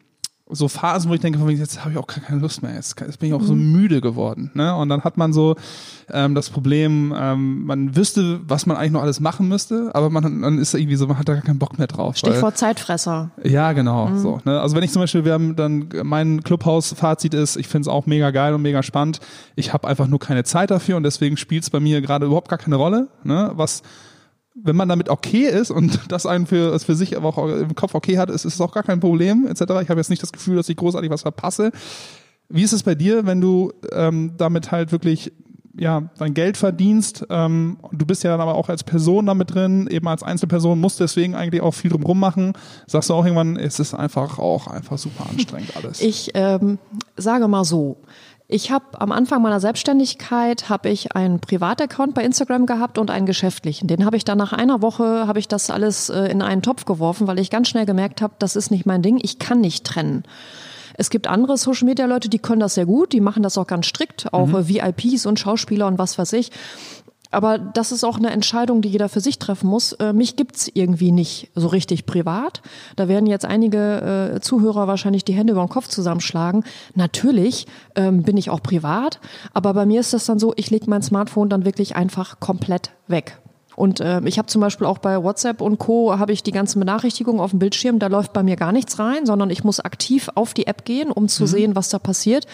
[SPEAKER 3] so Phasen, wo ich denke, jetzt habe ich auch gar keine Lust mehr, jetzt, jetzt bin ich auch so müde geworden. Ne? Und dann hat man so ähm, das Problem, ähm, man wüsste, was man eigentlich noch alles machen müsste, aber man dann ist irgendwie so, man hat da gar keinen Bock mehr drauf.
[SPEAKER 5] Stichwort
[SPEAKER 3] weil,
[SPEAKER 5] Zeitfresser.
[SPEAKER 3] Ja, genau. Mhm. So, ne? Also wenn ich zum Beispiel, wir haben dann, mein Clubhaus-Fazit ist, ich finde es auch mega geil und mega spannend. Ich habe einfach nur keine Zeit dafür und deswegen spielt es bei mir gerade überhaupt gar keine Rolle, ne? Was wenn man damit okay ist und das einen für, das für sich aber auch im Kopf okay hat, ist es auch gar kein Problem, et cetera. Ich habe jetzt nicht das Gefühl, dass ich großartig was verpasse. Wie ist es bei dir, wenn du ähm, damit halt wirklich ja dein Geld verdienst? Ähm, du bist ja dann aber auch als Person damit drin, eben als Einzelperson, musst deswegen eigentlich auch viel drumrum machen. Sagst du auch irgendwann, es ist einfach auch einfach super anstrengend alles?
[SPEAKER 5] Ich ähm, sage mal so, ich habe am Anfang meiner Selbstständigkeit habe ich einen Privataccount bei Instagram gehabt und einen geschäftlichen. Den habe ich dann nach einer Woche habe ich das alles äh, in einen Topf geworfen, weil ich ganz schnell gemerkt habe, das ist nicht mein Ding. Ich kann nicht trennen. Es gibt andere Social-Media-Leute, die können das sehr gut, die machen das auch ganz strikt, auch mhm. V I Ps und Schauspieler und was weiß ich. Aber das ist auch eine Entscheidung, die jeder für sich treffen muss. Äh, mich gibt's irgendwie nicht so richtig privat. Da werden jetzt einige äh, Zuhörer wahrscheinlich die Hände über den Kopf zusammenschlagen. Natürlich ähm, bin ich auch privat, aber bei mir ist das dann so, ich lege mein Smartphone dann wirklich einfach komplett weg. Und äh, ich habe zum Beispiel auch bei WhatsApp und Co. habe ich die ganzen Benachrichtigungen auf dem Bildschirm, da läuft bei mir gar nichts rein, sondern ich muss aktiv auf die App gehen, um zu mhm. sehen, was da passiert.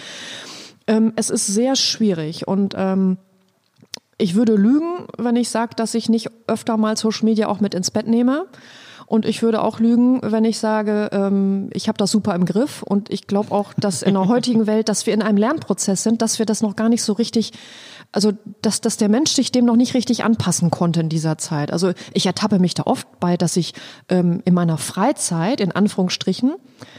[SPEAKER 5] Ähm, es ist sehr schwierig und ähm, ich würde lügen, wenn ich sage, dass ich nicht öfter mal Social Media auch mit ins Bett nehme. Und ich würde auch lügen, wenn ich sage, ähm, ich habe das super im Griff. Und ich glaube auch, dass in der heutigen Welt, dass wir in einem Lernprozess sind, dass wir das noch gar nicht so richtig, also dass, dass der Mensch sich dem noch nicht richtig anpassen konnte in dieser Zeit. Also ich ertappe mich da oft bei, dass ich ähm, in meiner Freizeit, in Anführungsstrichen,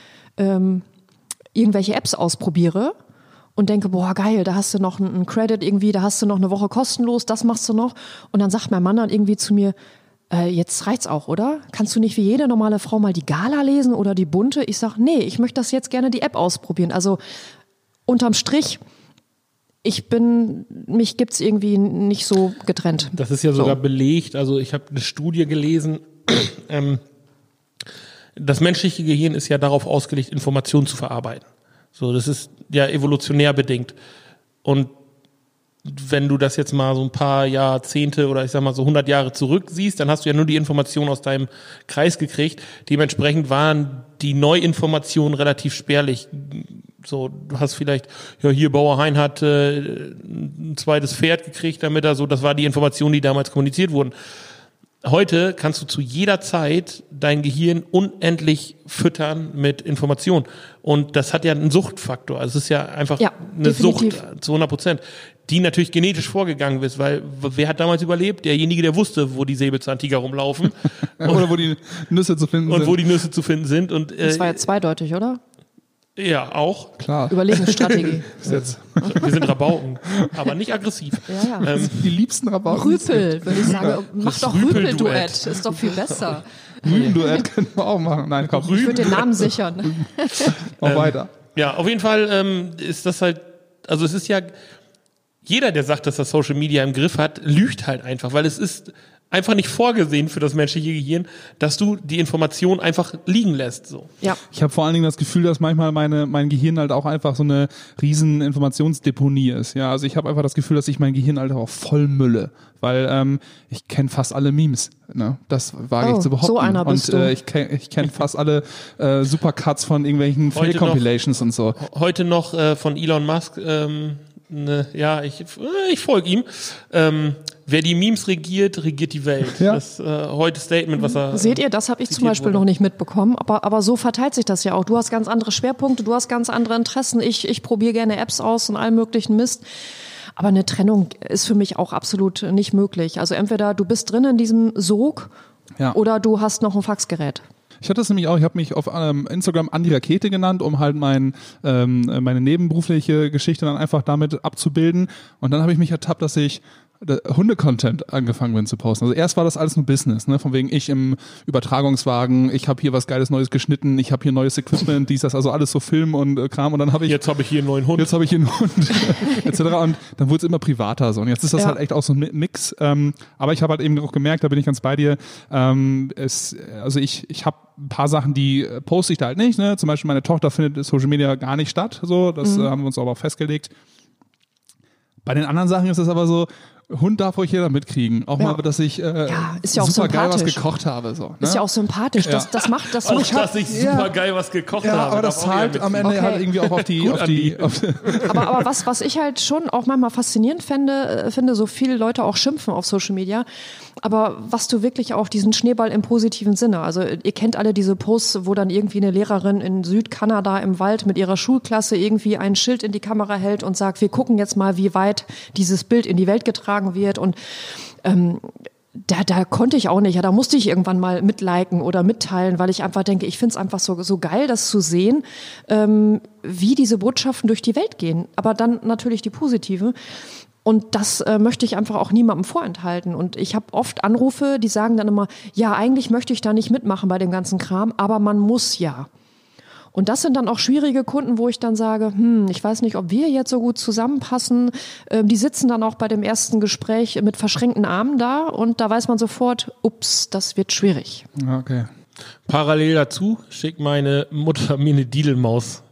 [SPEAKER 5] ähm, irgendwelche Apps ausprobiere. Und denke, boah, geil, da hast du noch einen Credit irgendwie, da hast du noch eine Woche kostenlos, das machst du noch. Und dann sagt mein Mann dann irgendwie zu mir, äh, jetzt reicht's auch, oder? Kannst du nicht wie jede normale Frau mal die Gala lesen oder die Bunte? Ich sag, nee, ich möchte das jetzt gerne die App ausprobieren. Also unterm Strich, ich bin, mich gibt's irgendwie nicht so getrennt.
[SPEAKER 4] Das ist ja sogar
[SPEAKER 5] so.
[SPEAKER 4] belegt, also ich habe eine Studie gelesen, ähm, das menschliche Gehirn ist ja darauf ausgelegt, Informationen zu verarbeiten. So, das ist ja evolutionär bedingt. Und wenn du das jetzt mal so ein paar Jahrzehnte oder ich sag mal so hundert Jahre zurück siehst, dann hast du ja nur die Informationen aus deinem Kreis gekriegt. Dementsprechend waren die Neuinformationen relativ spärlich. So, du hast vielleicht, ja, hier Bauer Hein hat äh, ein zweites Pferd gekriegt, damit er so, das war die Information, die damals kommuniziert wurden. Heute kannst du zu jeder Zeit dein Gehirn unendlich füttern mit Informationen. Und das hat ja einen Suchtfaktor. Also es ist ja einfach
[SPEAKER 5] ja,
[SPEAKER 4] eine
[SPEAKER 5] definitiv.
[SPEAKER 4] Sucht zu hundert Prozent, die natürlich genetisch vorgegangen ist, weil wer hat damals überlebt? Derjenige, der wusste, wo die Säbelzahntiger rumlaufen.
[SPEAKER 3] Oder wo die Nüsse zu finden
[SPEAKER 4] und
[SPEAKER 3] sind.
[SPEAKER 4] Und wo die Nüsse zu finden sind. Und, äh,
[SPEAKER 5] Das war ja zweideutig, oder?
[SPEAKER 4] Ja, auch.
[SPEAKER 3] Klar.
[SPEAKER 5] Überlegungsstrategie.
[SPEAKER 3] Jetzt.
[SPEAKER 4] Wir sind Rabauken, aber nicht aggressiv.
[SPEAKER 5] Ja, ja.
[SPEAKER 4] Ähm,
[SPEAKER 3] Die liebsten Rabauken.
[SPEAKER 5] Rüpel, würde ich sagen. Mach doch
[SPEAKER 4] Rüpel-Duett.
[SPEAKER 5] Rüpel-Duett, ist doch viel besser.
[SPEAKER 3] Rüben-Duett können wir auch machen. Nein, komm.
[SPEAKER 5] Ich würde den Namen sichern.
[SPEAKER 3] Mach
[SPEAKER 4] Ähm,
[SPEAKER 3] weiter.
[SPEAKER 4] Ja, auf jeden Fall ähm, ist das halt, also es ist ja, jeder, der sagt, dass er Social Media im Griff hat, lügt halt einfach, weil es ist einfach nicht vorgesehen für das menschliche Gehirn, dass du die Information einfach liegen lässt. So.
[SPEAKER 5] Ja.
[SPEAKER 3] Ich habe vor allen Dingen das Gefühl, dass manchmal meine mein Gehirn halt auch einfach so eine riesen Informationsdeponie ist. Ja, also ich habe einfach das Gefühl, dass ich mein Gehirn halt auch voll mülle, weil ähm, ich kenne fast alle Memes. Ne? Das wage
[SPEAKER 5] Oh,
[SPEAKER 3] ich zu behaupten.
[SPEAKER 5] so einer bist
[SPEAKER 3] und
[SPEAKER 5] du.
[SPEAKER 3] äh, ich kenne ich kenn fast alle äh, Supercuts von irgendwelchen
[SPEAKER 4] Heute
[SPEAKER 3] Fail-Compilations und so.
[SPEAKER 4] Heute noch äh, von Elon Musk, ähm, ne, ja, ich, ich folge ihm, ähm, wer die Memes regiert, regiert die Welt.
[SPEAKER 3] Ja.
[SPEAKER 4] Das äh, heute Statement, was er
[SPEAKER 5] Seht ihr, das habe ich zum Beispiel
[SPEAKER 4] wurde.
[SPEAKER 5] noch nicht mitbekommen, aber, aber so verteilt sich das ja auch. Du hast ganz andere Schwerpunkte, du hast ganz andere Interessen. Ich, ich probiere gerne Apps aus und allen möglichen Mist. Aber eine Trennung ist für mich auch absolut nicht möglich. Also entweder du bist drin in diesem Sog
[SPEAKER 3] Ja.
[SPEAKER 5] oder du hast noch ein Faxgerät.
[SPEAKER 3] Ich hatte das nämlich auch, ich habe mich auf ähm, Instagram Andi Rakete genannt, um halt mein, ähm, meine nebenberufliche Geschichte dann einfach damit abzubilden. Und dann habe ich mich ertappt, dass ich äh, Hunde-Content angefangen bin zu posten. Also erst war das alles nur Business, ne? Von wegen ich im Übertragungswagen, ich habe hier was Geiles Neues geschnitten, ich habe hier neues Equipment, dies, das, also alles so Film und äh, Kram. Und dann habe ich
[SPEAKER 4] Jetzt habe ich hier einen neuen Hund.
[SPEAKER 3] Jetzt habe ich hier einen Hund, et cetera. Und dann wurde es immer privater so. Und jetzt ist das
[SPEAKER 5] Ja.
[SPEAKER 3] halt echt auch so ein Mix. Ähm, aber ich habe halt eben auch gemerkt, da bin ich ganz bei dir. Ähm, es, also ich, ich habe ein paar Sachen, die äh, poste ich da halt nicht. Ne? Zum Beispiel meine Tochter findet Social Media gar nicht statt. So, das
[SPEAKER 5] Mhm.
[SPEAKER 3] äh, haben wir uns aber auch festgelegt. Bei den anderen Sachen ist es aber so, Hund darf ruhig jeder mitkriegen. Auch
[SPEAKER 5] Ja.
[SPEAKER 3] mal, dass ich äh,
[SPEAKER 5] Ja, ist ja auch
[SPEAKER 3] super geil was
[SPEAKER 5] sympathisch.
[SPEAKER 3] gekocht habe. So, ne?
[SPEAKER 5] Ist ja auch sympathisch. Das, das macht das
[SPEAKER 4] Auch,
[SPEAKER 5] macht-
[SPEAKER 4] dass ich super geil was gekocht
[SPEAKER 3] ja,
[SPEAKER 4] habe.
[SPEAKER 3] aber das
[SPEAKER 4] darf auch jeder
[SPEAKER 3] zahlt am Ende
[SPEAKER 5] Okay.
[SPEAKER 3] halt irgendwie auch auf die, auf die, auf die
[SPEAKER 5] Aber, aber was, was ich halt schon auch manchmal faszinierend fände, äh, finde, so viele Leute auch schimpfen auf Social Media, aber was du wirklich auch diesen Schneeball im positiven Sinne, also ihr kennt alle diese Posts, wo dann irgendwie eine Lehrerin in Südkanada im Wald mit ihrer Schulklasse irgendwie ein Schild in die Kamera hält und sagt, wir gucken jetzt mal, wie weit dieses Bild in die Welt getragen wird und ähm, Da, da konnte ich auch nicht. Ja, da musste ich irgendwann mal mitliken oder mitteilen, weil ich einfach denke, ich finde es einfach so, so geil, das zu sehen, ähm, wie diese Botschaften durch die Welt gehen. Aber dann natürlich die positive. Und das äh, möchte ich einfach auch niemandem vorenthalten. Und ich habe oft Anrufe, die sagen dann immer, ja, eigentlich möchte ich da nicht mitmachen bei dem ganzen Kram, aber man muss ja. Und das sind dann auch schwierige Kunden, wo ich dann sage, hm, ich weiß nicht, ob wir jetzt so gut zusammenpassen. Ähm, die sitzen dann auch bei dem ersten Gespräch mit verschränkten Armen da und da weiß man sofort, ups, das wird schwierig.
[SPEAKER 3] Okay.
[SPEAKER 4] Parallel dazu schickt meine Mutter mir eine Didelmaus.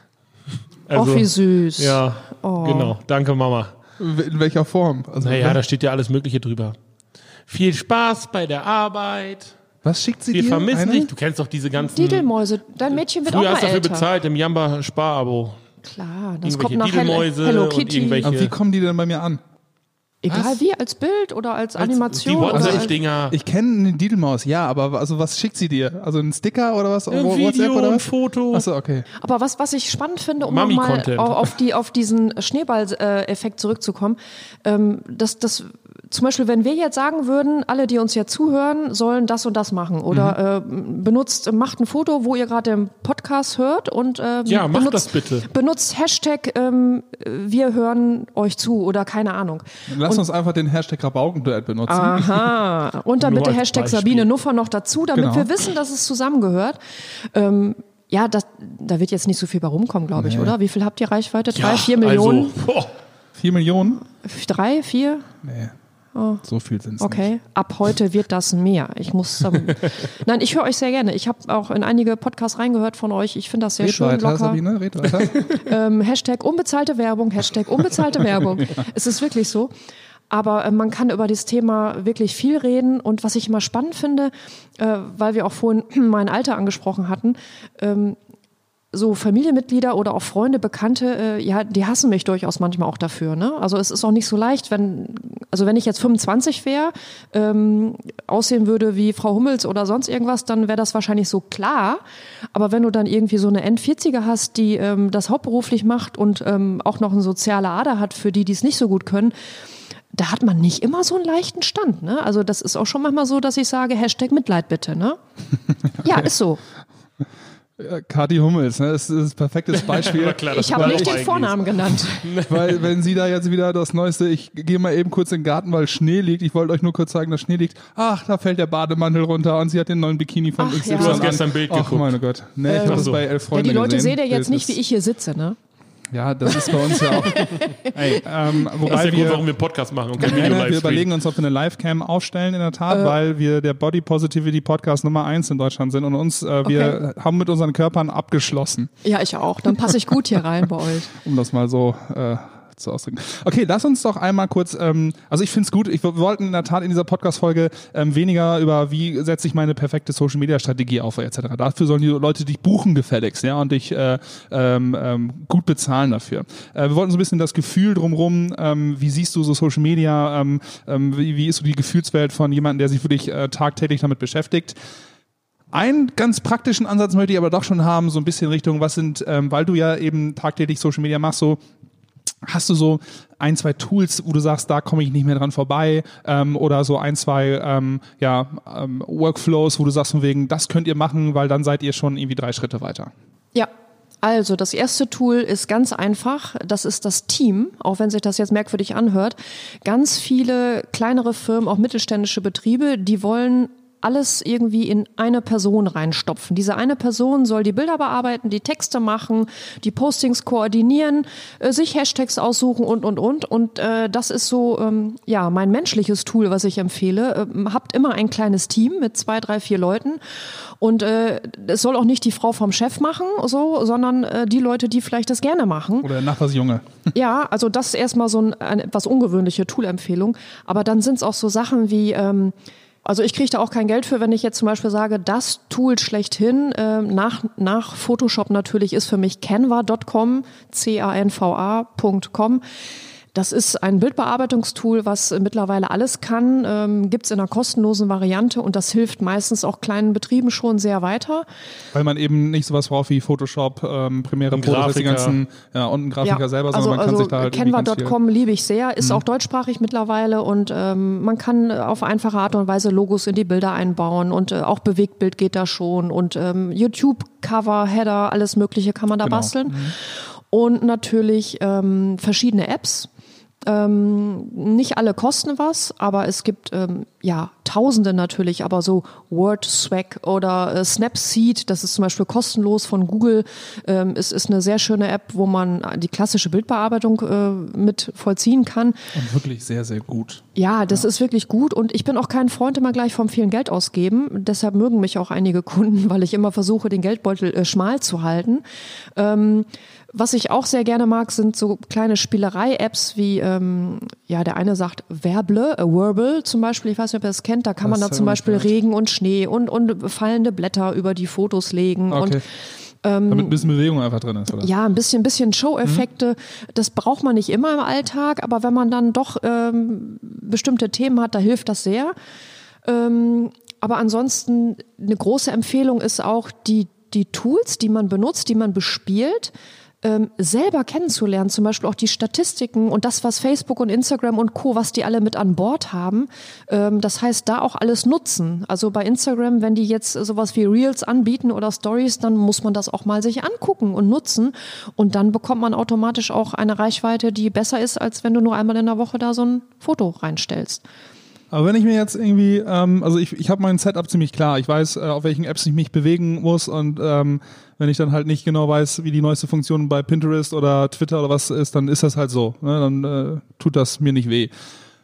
[SPEAKER 4] Also,
[SPEAKER 5] oh, wie süß.
[SPEAKER 4] Ja, genau. Danke, Mama.
[SPEAKER 3] In welcher Form? Also,
[SPEAKER 4] Naja, da steht ja alles Mögliche drüber. Viel Spaß bei der Arbeit.
[SPEAKER 3] was schickt sie
[SPEAKER 4] Wir
[SPEAKER 3] dir?
[SPEAKER 4] vermissen
[SPEAKER 3] Eine?
[SPEAKER 4] dich. Du kennst doch diese ganzen...
[SPEAKER 5] Didelmäuse, dein Mädchen wird
[SPEAKER 4] Früher
[SPEAKER 5] auch mal
[SPEAKER 4] hast du dafür
[SPEAKER 5] älter.
[SPEAKER 4] bezahlt im Jamba-Spar-Abo.
[SPEAKER 5] Klar, das
[SPEAKER 4] Irgendwelche
[SPEAKER 5] kommt nach Hello,
[SPEAKER 4] Didelmäuse
[SPEAKER 5] Hello
[SPEAKER 4] und
[SPEAKER 5] Kitty.
[SPEAKER 4] irgendwelche-
[SPEAKER 3] Aber wie kommen die denn bei mir an?
[SPEAKER 5] Egal wie, als Bild oder als, Animation.
[SPEAKER 4] Die
[SPEAKER 5] oder als,
[SPEAKER 4] WhatsApp-Dinger.
[SPEAKER 3] Ich kenne eine Didelmaus, ja, aber also was schickt sie dir? Also ein Sticker oder was?
[SPEAKER 4] Ein
[SPEAKER 3] Wo-
[SPEAKER 4] Video,
[SPEAKER 3] oder
[SPEAKER 4] ein
[SPEAKER 3] was?
[SPEAKER 4] Foto.
[SPEAKER 3] Achso, okay.
[SPEAKER 5] aber was, was ich spannend finde, um
[SPEAKER 4] Mami
[SPEAKER 5] nochmal
[SPEAKER 4] Content.
[SPEAKER 5] auf, die, auf diesen Schneeball-Effekt zurückzukommen, ähm, dass das zum Beispiel, wenn wir jetzt sagen würden, alle, die uns jetzt zuhören, sollen das und das machen oder
[SPEAKER 4] Mhm.
[SPEAKER 5] äh, benutzt, macht ein Foto, wo ihr gerade den Podcast hört und ähm,
[SPEAKER 4] Ja, macht
[SPEAKER 5] benutzt,
[SPEAKER 4] das bitte.
[SPEAKER 5] benutzt Hashtag ähm, wir hören euch zu oder keine Ahnung.
[SPEAKER 3] Dann lass uns einfach den Hashtag Rabaukenduett benutzen.
[SPEAKER 5] Aha. Und dann
[SPEAKER 4] Nur
[SPEAKER 5] bitte
[SPEAKER 4] als
[SPEAKER 5] Hashtag
[SPEAKER 4] Beispiel.
[SPEAKER 5] Sabine Nuffer noch dazu, damit
[SPEAKER 3] Genau.
[SPEAKER 5] wir wissen, dass es zusammengehört. Ähm, ja, das, da wird jetzt nicht so viel bei rumkommen, glaube ich, oder? Wie viel habt ihr Reichweite? Drei,
[SPEAKER 4] Ja,
[SPEAKER 5] vier Millionen?
[SPEAKER 4] Also, boah.
[SPEAKER 3] Vier Millionen?
[SPEAKER 5] Drei, vier?
[SPEAKER 3] Nee. So viel sind es
[SPEAKER 5] Okay, ab heute wird das mehr. Ich muss. Ähm, Nein, ich höre euch sehr gerne. Ich habe auch in einige Podcasts reingehört von euch. Ich finde das sehr
[SPEAKER 3] nicht. Red
[SPEAKER 5] schön
[SPEAKER 3] weiter,
[SPEAKER 5] locker.
[SPEAKER 3] Sabine, red weiter.
[SPEAKER 5] Ähm, Hashtag unbezahlte Werbung, Hashtag unbezahlte Werbung. Es ist wirklich so. Aber äh, man kann über das Thema wirklich viel reden. Und was ich immer spannend finde, äh, weil wir auch vorhin mein Alter angesprochen hatten, ähm, so Familienmitglieder oder auch Freunde, Bekannte, äh, ja, die hassen mich durchaus manchmal auch dafür. Ne? Also es ist auch nicht so leicht, wenn, also wenn ich jetzt fünfundzwanzig wäre, ähm, aussehen würde wie Frau Hummels oder sonst irgendwas, dann wäre das wahrscheinlich so klar. Aber wenn du dann irgendwie so eine End-vierziger hast, die ähm, das hauptberuflich macht und ähm, auch noch eine soziale Ader hat für die, die es nicht so gut können, da hat man nicht immer so einen leichten Stand. Ne? Also das ist auch schon manchmal so, dass ich sage, Hashtag Mitleid bitte. Ne? Ja, ist so.
[SPEAKER 3] Ja, Kathi Hummels, ne? Das ist ein perfektes Beispiel.
[SPEAKER 4] Klar, das
[SPEAKER 5] Ich habe
[SPEAKER 4] war
[SPEAKER 5] nicht
[SPEAKER 4] auch
[SPEAKER 5] den
[SPEAKER 4] eigentlich.
[SPEAKER 5] Vornamen genannt.
[SPEAKER 3] Weil wenn sie da jetzt wieder das Neueste, ich gehe mal eben kurz in den Garten, weil Schnee liegt. Ich wollte euch nur kurz zeigen, dass Schnee liegt. Ach, da fällt der Bademantel runter und sie hat den neuen Bikini von
[SPEAKER 5] Ach,
[SPEAKER 3] X Y
[SPEAKER 5] ja.
[SPEAKER 3] an.
[SPEAKER 5] Du
[SPEAKER 4] hast gestern ein Bild
[SPEAKER 3] Ach,
[SPEAKER 4] geguckt.
[SPEAKER 3] meine Gott. Nee, ich habe das
[SPEAKER 4] so.
[SPEAKER 3] bei elf
[SPEAKER 5] Ja,
[SPEAKER 3] Freunden
[SPEAKER 5] die Leute
[SPEAKER 3] gesehen.
[SPEAKER 5] sehen ja jetzt
[SPEAKER 3] Das
[SPEAKER 5] nicht, wie
[SPEAKER 3] ist-
[SPEAKER 5] ich hier sitze, ne?
[SPEAKER 3] Ja, das ist bei uns ja auch. Ey, ähm,
[SPEAKER 4] Das ist
[SPEAKER 3] wobei
[SPEAKER 4] der Grund,
[SPEAKER 3] wir,
[SPEAKER 4] warum wir Podcast machen und kein
[SPEAKER 3] Ja,
[SPEAKER 4] Video
[SPEAKER 3] ne,
[SPEAKER 4] live
[SPEAKER 3] wir überlegen uns, ob wir eine Live-Cam aufstellen in der Tat, weil wir der Body Positivity Podcast Nummer eins in Deutschland sind und uns, äh, wir haben mit unseren Körpern abgeschlossen,
[SPEAKER 5] Ja, ich auch. Dann passe ich gut hier rein bei euch.
[SPEAKER 3] um das mal so äh, zu ausdrücken. Okay, lass uns doch einmal kurz, ähm, also ich finde es gut, ich, wir wollten in der Tat in dieser Podcast-Folge ähm, weniger über, wie setze ich meine perfekte Social-Media-Strategie auf, et cetera. Dafür sollen die Leute dich buchen gefälligst, ja, und dich äh, ähm, ähm, gut bezahlen dafür. Äh, wir wollten so ein bisschen das Gefühl drumherum, ähm, wie siehst du so Social-Media, ähm, ähm, wie, wie ist so die Gefühlswelt von jemandem, der sich wirklich äh, tagtäglich damit beschäftigt. Einen ganz praktischen Ansatz möchte ich aber doch schon haben, so ein bisschen Richtung, was sind, ähm, weil du ja eben tagtäglich Social Media machst, so hast du so ein, zwei Tools, wo du sagst, da komme ich nicht mehr dran vorbei, ähm, oder so ein, zwei ähm, ja, ähm, Workflows, wo du sagst von wegen, das könnt ihr machen, weil dann seid ihr schon irgendwie drei Schritte weiter.
[SPEAKER 5] Ja. Also das erste Tool ist ganz einfach, das ist das Team, auch wenn sich das jetzt merkwürdig anhört. Ganz viele kleinere Firmen, auch mittelständische Betriebe, die wollen alles irgendwie in eine Person reinstopfen. Diese eine Person soll die Bilder bearbeiten, die Texte machen, die Postings koordinieren, äh, sich Hashtags aussuchen und, und, und. Und äh, das ist so, ähm, ja, mein menschliches Tool, was ich empfehle. Ähm, habt immer ein kleines Team mit zwei, drei, vier Leuten. Und äh, es soll auch nicht die Frau vom Chef machen, so, sondern äh, die Leute, die vielleicht das gerne machen.
[SPEAKER 3] Oder der Nachbarsjunge.
[SPEAKER 5] Ja, also das ist erstmal so ein, eine etwas ungewöhnliche Tool-Empfehlung. Aber dann sind es auch so Sachen wie... Ähm, Also ich kriege da auch kein Geld für, wenn ich jetzt zum Beispiel sage, das Tool schlechthin, äh, nach, nach Photoshop natürlich ist für mich canva Punkt com, C A N V A Punkt com. Das ist ein Bildbearbeitungstool, was mittlerweile alles kann, ähm, gibt es in einer kostenlosen Variante und das hilft meistens auch kleinen Betrieben schon sehr weiter.
[SPEAKER 3] Weil man eben nicht sowas braucht wie Photoshop, ähm, Premiere Pro, das die ganzen, ja, und ein Grafiker
[SPEAKER 5] ja,
[SPEAKER 3] selber, sondern
[SPEAKER 5] also,
[SPEAKER 3] man kann
[SPEAKER 5] also
[SPEAKER 3] sich da halt
[SPEAKER 5] canva Punkt com liebe ich sehr, ist
[SPEAKER 3] mhm.
[SPEAKER 5] auch deutschsprachig mittlerweile und ähm, man kann auf einfache Art und Weise Logos in die Bilder einbauen und äh, auch Bewegtbild geht da schon und ähm, YouTube-Cover, Header, alles mögliche kann man da
[SPEAKER 3] genau.
[SPEAKER 5] basteln.
[SPEAKER 3] Mhm.
[SPEAKER 5] Und natürlich ähm, verschiedene Apps. Ähm, nicht alle kosten was, aber es gibt ähm, ja Tausende natürlich, aber so WordSwag oder äh, Snapseed, das ist zum Beispiel kostenlos von Google. Ähm, es ist eine sehr schöne App, wo man die klassische Bildbearbeitung äh, mit vollziehen kann.
[SPEAKER 3] Und wirklich sehr, sehr gut.
[SPEAKER 5] Ja, das ja. ist wirklich gut und ich bin auch kein Freund immer gleich vom vielen Geld ausgeben. Deshalb mögen mich auch einige Kunden, weil ich immer versuche, den Geldbeutel äh, schmal zu halten. Ähm, Was ich auch sehr gerne mag, sind so kleine Spielerei-Apps wie, ähm, ja, der eine sagt Werble, äh, Werble zum Beispiel, ich weiß nicht, ob ihr das kennt, da kann das man da zum Beispiel Regen und Schnee und, und fallende Blätter über die Fotos legen.
[SPEAKER 3] Okay.
[SPEAKER 5] Und ähm,
[SPEAKER 3] damit ein bisschen Bewegung einfach drin ist, oder?
[SPEAKER 5] Ja, ein bisschen, bisschen Show-Effekte. Mhm. Das braucht man nicht immer im Alltag, aber wenn man dann doch ähm, bestimmte Themen hat, da hilft das sehr. Ähm, aber ansonsten eine große Empfehlung ist auch die, die Tools, die man benutzt, die man bespielt, Ähm, selber kennenzulernen, zum Beispiel auch die Statistiken und das, was Facebook und Instagram und Co., was die alle mit an Bord haben. Ähm, das heißt, da auch alles nutzen. Also bei Instagram, wenn die jetzt sowas wie Reels anbieten oder Stories, dann muss man das auch mal sich angucken und nutzen und dann bekommt man automatisch auch eine Reichweite, die besser ist, als wenn du nur einmal in der Woche da so ein Foto reinstellst.
[SPEAKER 3] Aber wenn ich mir jetzt irgendwie, ähm, also ich, ich habe mein Setup ziemlich klar. Ich weiß, äh, auf welchen Apps ich mich bewegen muss und ähm, wenn ich dann halt nicht genau weiß, wie die neueste Funktion bei Pinterest oder Twitter oder was ist, dann ist das halt so. Ne? Dann äh, tut das mir nicht weh.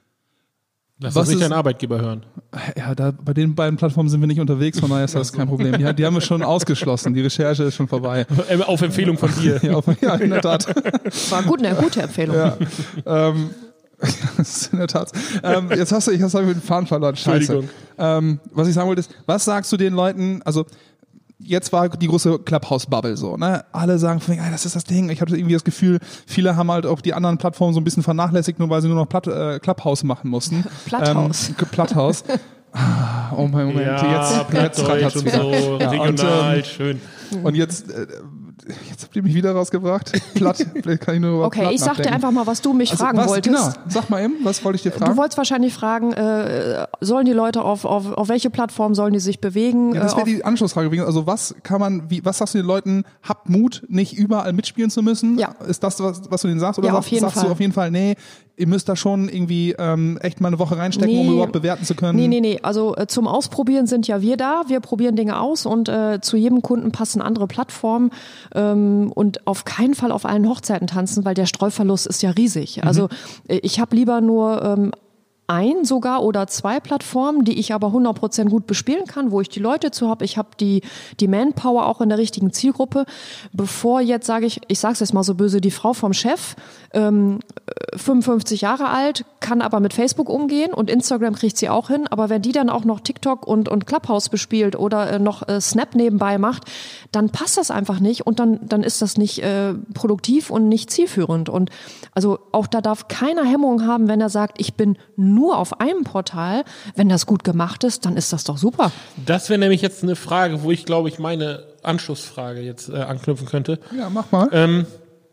[SPEAKER 4] Lass das nicht dein Arbeitgeber hören.
[SPEAKER 3] Ja, da, bei den beiden Plattformen sind wir nicht unterwegs, von daher ist das kein Problem. Die, die haben wir schon ausgeschlossen, die Recherche ist schon vorbei.
[SPEAKER 4] Auf Empfehlung von dir.
[SPEAKER 3] Ja, auf, ja in der Tat.
[SPEAKER 5] War gut, eine gute Empfehlung.
[SPEAKER 3] Ja, ähm, das ist in der Tat. Ähm, jetzt hast du, ich habe den Faden verloren. Scheiße. Ähm, was ich sagen wollte ist, was sagst du den Leuten, also jetzt war die große Clubhouse-Bubble so, ne? Alle sagen, das ist das Ding. Ich hatte irgendwie das Gefühl, viele haben halt auch die anderen Plattformen so ein bisschen vernachlässigt, nur weil sie nur noch Platt, äh, Clubhouse machen mussten.
[SPEAKER 5] Platthaus.
[SPEAKER 3] Ähm, Platthaus. Ah, oh mein Moment,
[SPEAKER 4] ja,
[SPEAKER 3] jetzt, jetzt
[SPEAKER 4] rattert's und
[SPEAKER 3] wieder.
[SPEAKER 4] So,
[SPEAKER 3] ja,
[SPEAKER 4] regional,
[SPEAKER 3] und, ähm,
[SPEAKER 4] schön.
[SPEAKER 3] Und jetzt, äh, jetzt habt ihr mich wieder rausgebracht. Platt, vielleicht kann ich nur über
[SPEAKER 5] Okay,
[SPEAKER 3] Platt
[SPEAKER 5] ich sag dir
[SPEAKER 3] nachdenken.
[SPEAKER 5] einfach mal, was du mich
[SPEAKER 3] Also,
[SPEAKER 5] fragen
[SPEAKER 3] was,
[SPEAKER 5] wolltest.
[SPEAKER 3] Genau, sag mal eben, was wollte ich dir fragen?
[SPEAKER 5] Du wolltest wahrscheinlich fragen, äh, sollen die Leute auf, auf, auf welche Plattform sollen die sich bewegen?
[SPEAKER 3] Ja, das wäre
[SPEAKER 5] äh,
[SPEAKER 3] die Anschlussfrage gewesen. Also was kann man, wie, was sagst du den Leuten, habt Mut, nicht überall mitspielen zu müssen?
[SPEAKER 5] Ja.
[SPEAKER 3] Ist das, was, was du denen sagst? Oder
[SPEAKER 5] Ja,
[SPEAKER 3] sag,
[SPEAKER 5] auf jeden
[SPEAKER 3] sagst
[SPEAKER 5] Fall.
[SPEAKER 3] du auf jeden Fall, nee, ihr müsst da schon irgendwie ähm, echt mal eine Woche reinstecken, um
[SPEAKER 5] Nee.
[SPEAKER 3] überhaupt bewerten zu können?
[SPEAKER 5] Nee, nee, nee. Also äh, zum Ausprobieren sind ja wir da. Wir probieren Dinge aus und äh, zu jedem Kunden passen andere Plattformen ähm, und auf keinen Fall auf allen Hochzeiten tanzen, weil der Streuverlust ist ja riesig. Also äh, ich habe lieber nur ähm, ein sogar oder zwei Plattformen, die ich aber hundert Prozent gut bespielen kann, wo ich die Leute zu habe. Ich habe die, die Manpower auch in der richtigen Zielgruppe. Bevor jetzt, sage ich, ich sage es jetzt mal so böse, die Frau vom Chef, ähm, fünfundfünfzig Jahre alt, kann aber mit Facebook umgehen und Instagram kriegt sie auch hin. Aber wenn die dann auch noch TikTok und, und Clubhouse bespielt oder äh, noch äh, Snap nebenbei macht, dann passt das einfach nicht und dann, dann ist das nicht äh, produktiv und nicht zielführend. Und also auch da darf keiner Hemmung haben, wenn er sagt, ich bin nur auf einem Portal. Wenn das gut gemacht ist, dann ist das doch super.
[SPEAKER 4] Das wäre nämlich jetzt eine Frage, wo ich glaube ich meine Anschlussfrage jetzt äh, anknüpfen könnte.
[SPEAKER 3] Ja, mach mal.
[SPEAKER 4] Ähm,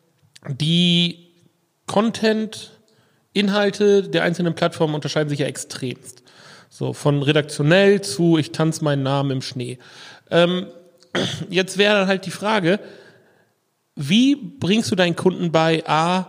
[SPEAKER 4] die Content-Inhalte der einzelnen Plattformen unterscheiden sich ja extremst. So von redaktionell zu ich tanze meinen Namen im Schnee. Ähm, jetzt wäre dann halt die Frage, wie bringst du deinen Kunden bei A,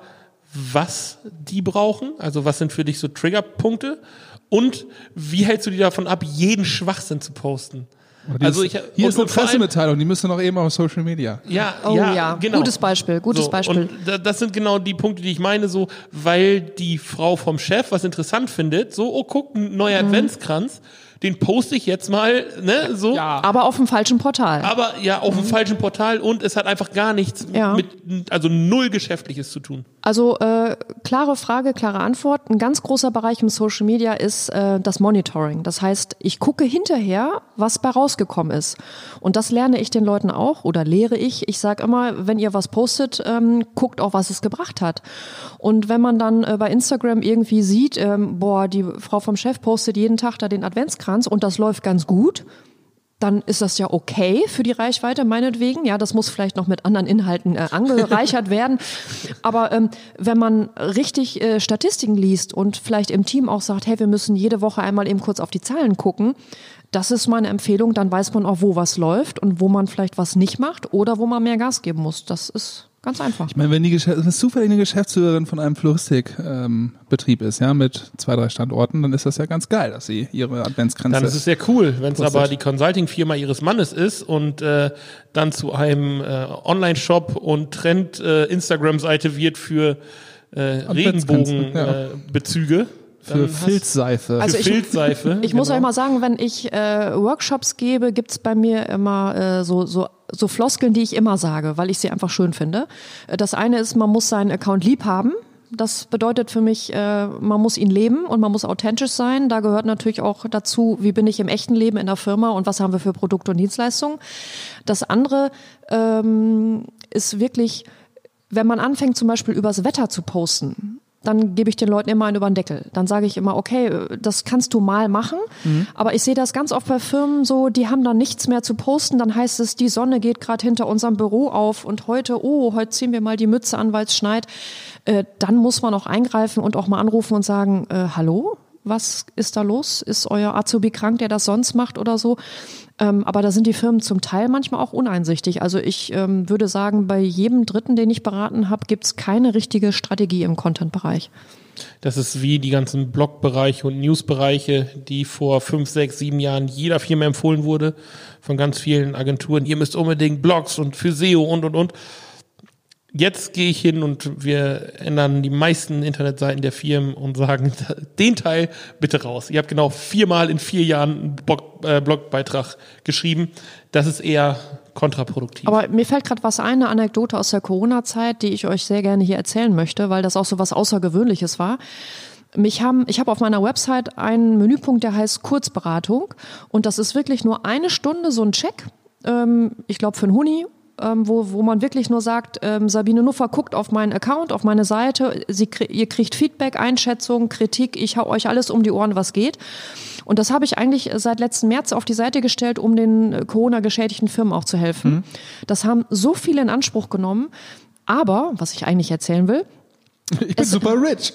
[SPEAKER 4] was die brauchen, also was sind für dich so Triggerpunkte und wie hältst du die davon ab, jeden Schwachsinn zu posten? Also ich,
[SPEAKER 3] hier
[SPEAKER 4] und,
[SPEAKER 3] ist eine
[SPEAKER 4] und vor allem-
[SPEAKER 3] Pressemitteilung, die müsste noch eben auf Social Media.
[SPEAKER 4] Ja,
[SPEAKER 5] Oh
[SPEAKER 4] ja,
[SPEAKER 5] ja,
[SPEAKER 4] genau.
[SPEAKER 5] gutes Beispiel, gutes
[SPEAKER 4] so,
[SPEAKER 5] Beispiel.
[SPEAKER 4] Und da- das sind genau die Punkte, die ich meine, so, weil die Frau vom Chef was interessant findet, so, oh, guck, ein neuer
[SPEAKER 5] Mhm.
[SPEAKER 4] Adventskranz, den poste ich jetzt mal, ne, so.
[SPEAKER 1] Ja.
[SPEAKER 5] Aber auf dem falschen Portal.
[SPEAKER 4] Aber ja, auf dem falschen Portal und es hat einfach gar nichts
[SPEAKER 5] Ja.
[SPEAKER 4] mit, also null Geschäftliches zu tun.
[SPEAKER 5] Also äh, klare Frage, klare Antwort. Ein ganz großer Bereich im Social Media ist äh, das Monitoring. Das heißt, ich gucke hinterher, was bei rausgekommen ist. Und das lerne ich den Leuten auch oder lehre ich. Ich sage immer, wenn ihr was postet, ähm, guckt auch, was es gebracht hat. Und wenn man dann äh, bei Instagram irgendwie sieht, ähm, boah, die Frau vom Chef postet jeden Tag da den Adventskranz und das läuft ganz gut, dann ist das ja okay für die Reichweite, meinetwegen. Ja, das muss vielleicht noch mit anderen Inhalten äh, angereichert werden. Aber ähm, wenn man richtig äh, Statistiken liest und vielleicht im Team auch sagt, hey, wir müssen jede Woche einmal eben kurz auf die Zahlen gucken, das ist meine Empfehlung, dann weiß man auch, wo was läuft und wo man vielleicht was nicht macht oder wo man mehr Gas geben muss. Das ist ganz einfach.
[SPEAKER 3] Ich meine, wenn die Geschäft- wenn zufällig eine Geschäftsführerin von einem Floristikbetrieb ähm, ist, ja, mit zwei, drei Standorten, dann ist das ja ganz geil, dass sie ihre Adventskränze.
[SPEAKER 4] Dann ist es sehr cool, wenn es
[SPEAKER 3] Postet.
[SPEAKER 4] aber die Consulting-Firma ihres Mannes ist und äh, dann zu einem äh, Online-Shop und Trend-Instagram-Seite wird für äh,
[SPEAKER 3] Adventskränze, ja.
[SPEAKER 4] Regenbogen-Bezüge.
[SPEAKER 3] für Filzseife.
[SPEAKER 5] Also
[SPEAKER 4] für
[SPEAKER 5] ich-
[SPEAKER 4] Filzseife.
[SPEAKER 5] Ich muss
[SPEAKER 4] genau.
[SPEAKER 5] euch mal sagen, wenn ich äh, Workshops gebe, gibt's bei mir immer äh, so, so, so Floskeln, die ich immer sage, weil ich sie einfach schön finde. Äh, Das eine ist, man muss seinen Account lieb haben. Das bedeutet für mich, äh, man muss ihn leben und man muss authentisch sein. Da gehört natürlich auch dazu, wie bin ich im echten Leben in der Firma und was haben wir für Produkte und Dienstleistungen. Das andere ähm, ist wirklich, wenn man anfängt zum Beispiel übers Wetter zu posten, dann gebe ich den Leuten immer einen über den Deckel. Dann sage ich immer, okay, das kannst du mal machen,
[SPEAKER 3] Mhm.
[SPEAKER 5] aber ich sehe das ganz oft bei Firmen so, die haben dann nichts mehr zu posten, dann heißt es, die Sonne geht gerade hinter unserem Büro auf und heute, oh, heute ziehen wir mal die Mütze an, weil es schneit. Äh, dann muss man auch eingreifen und auch mal anrufen und sagen, äh, hallo, was ist da los? Ist euer Azubi krank, der das sonst macht oder so? Ähm, aber da sind die Firmen zum Teil manchmal auch uneinsichtig. Also ich ähm, würde sagen, bei jedem Dritten, den ich beraten habe, gibt es keine richtige Strategie im Content-Bereich.
[SPEAKER 4] Das ist wie die ganzen Blog-Bereiche und News-Bereiche, die vor fünf, sechs, sieben Jahren jeder Firma empfohlen wurde, von ganz vielen Agenturen. Ihr müsst unbedingt Blogs und für S E O und, und, und. Jetzt gehe ich hin und wir ändern die meisten Internetseiten der Firmen und sagen, den Teil bitte raus. Ihr habt genau viermal in vier Jahren einen Blog, äh, Blogbeitrag geschrieben. Das ist eher kontraproduktiv.
[SPEAKER 5] Aber mir fällt gerade was ein, eine Anekdote aus der Corona-Zeit, die ich euch sehr gerne hier erzählen möchte, weil das auch so was Außergewöhnliches war. Mich haben, ich habe auf meiner Website einen Menüpunkt, der heißt Kurzberatung und das ist wirklich nur eine Stunde so ein Check, ähm, ich glaube für einen Huni, ähm, wo, wo man wirklich nur sagt, ähm, Sabine Nuffer guckt auf meinen Account, auf meine Seite, sie, krie- ihr kriegt Feedback, Einschätzung, Kritik, ich hau euch alles um die Ohren, was geht. Und das habe ich eigentlich seit letzten März auf die Seite gestellt, um den äh, Corona-geschädigten Firmen auch zu helfen.
[SPEAKER 3] Mhm.
[SPEAKER 5] Das haben so viele in Anspruch genommen, aber, was ich eigentlich erzählen will,
[SPEAKER 3] Ich bin super rich.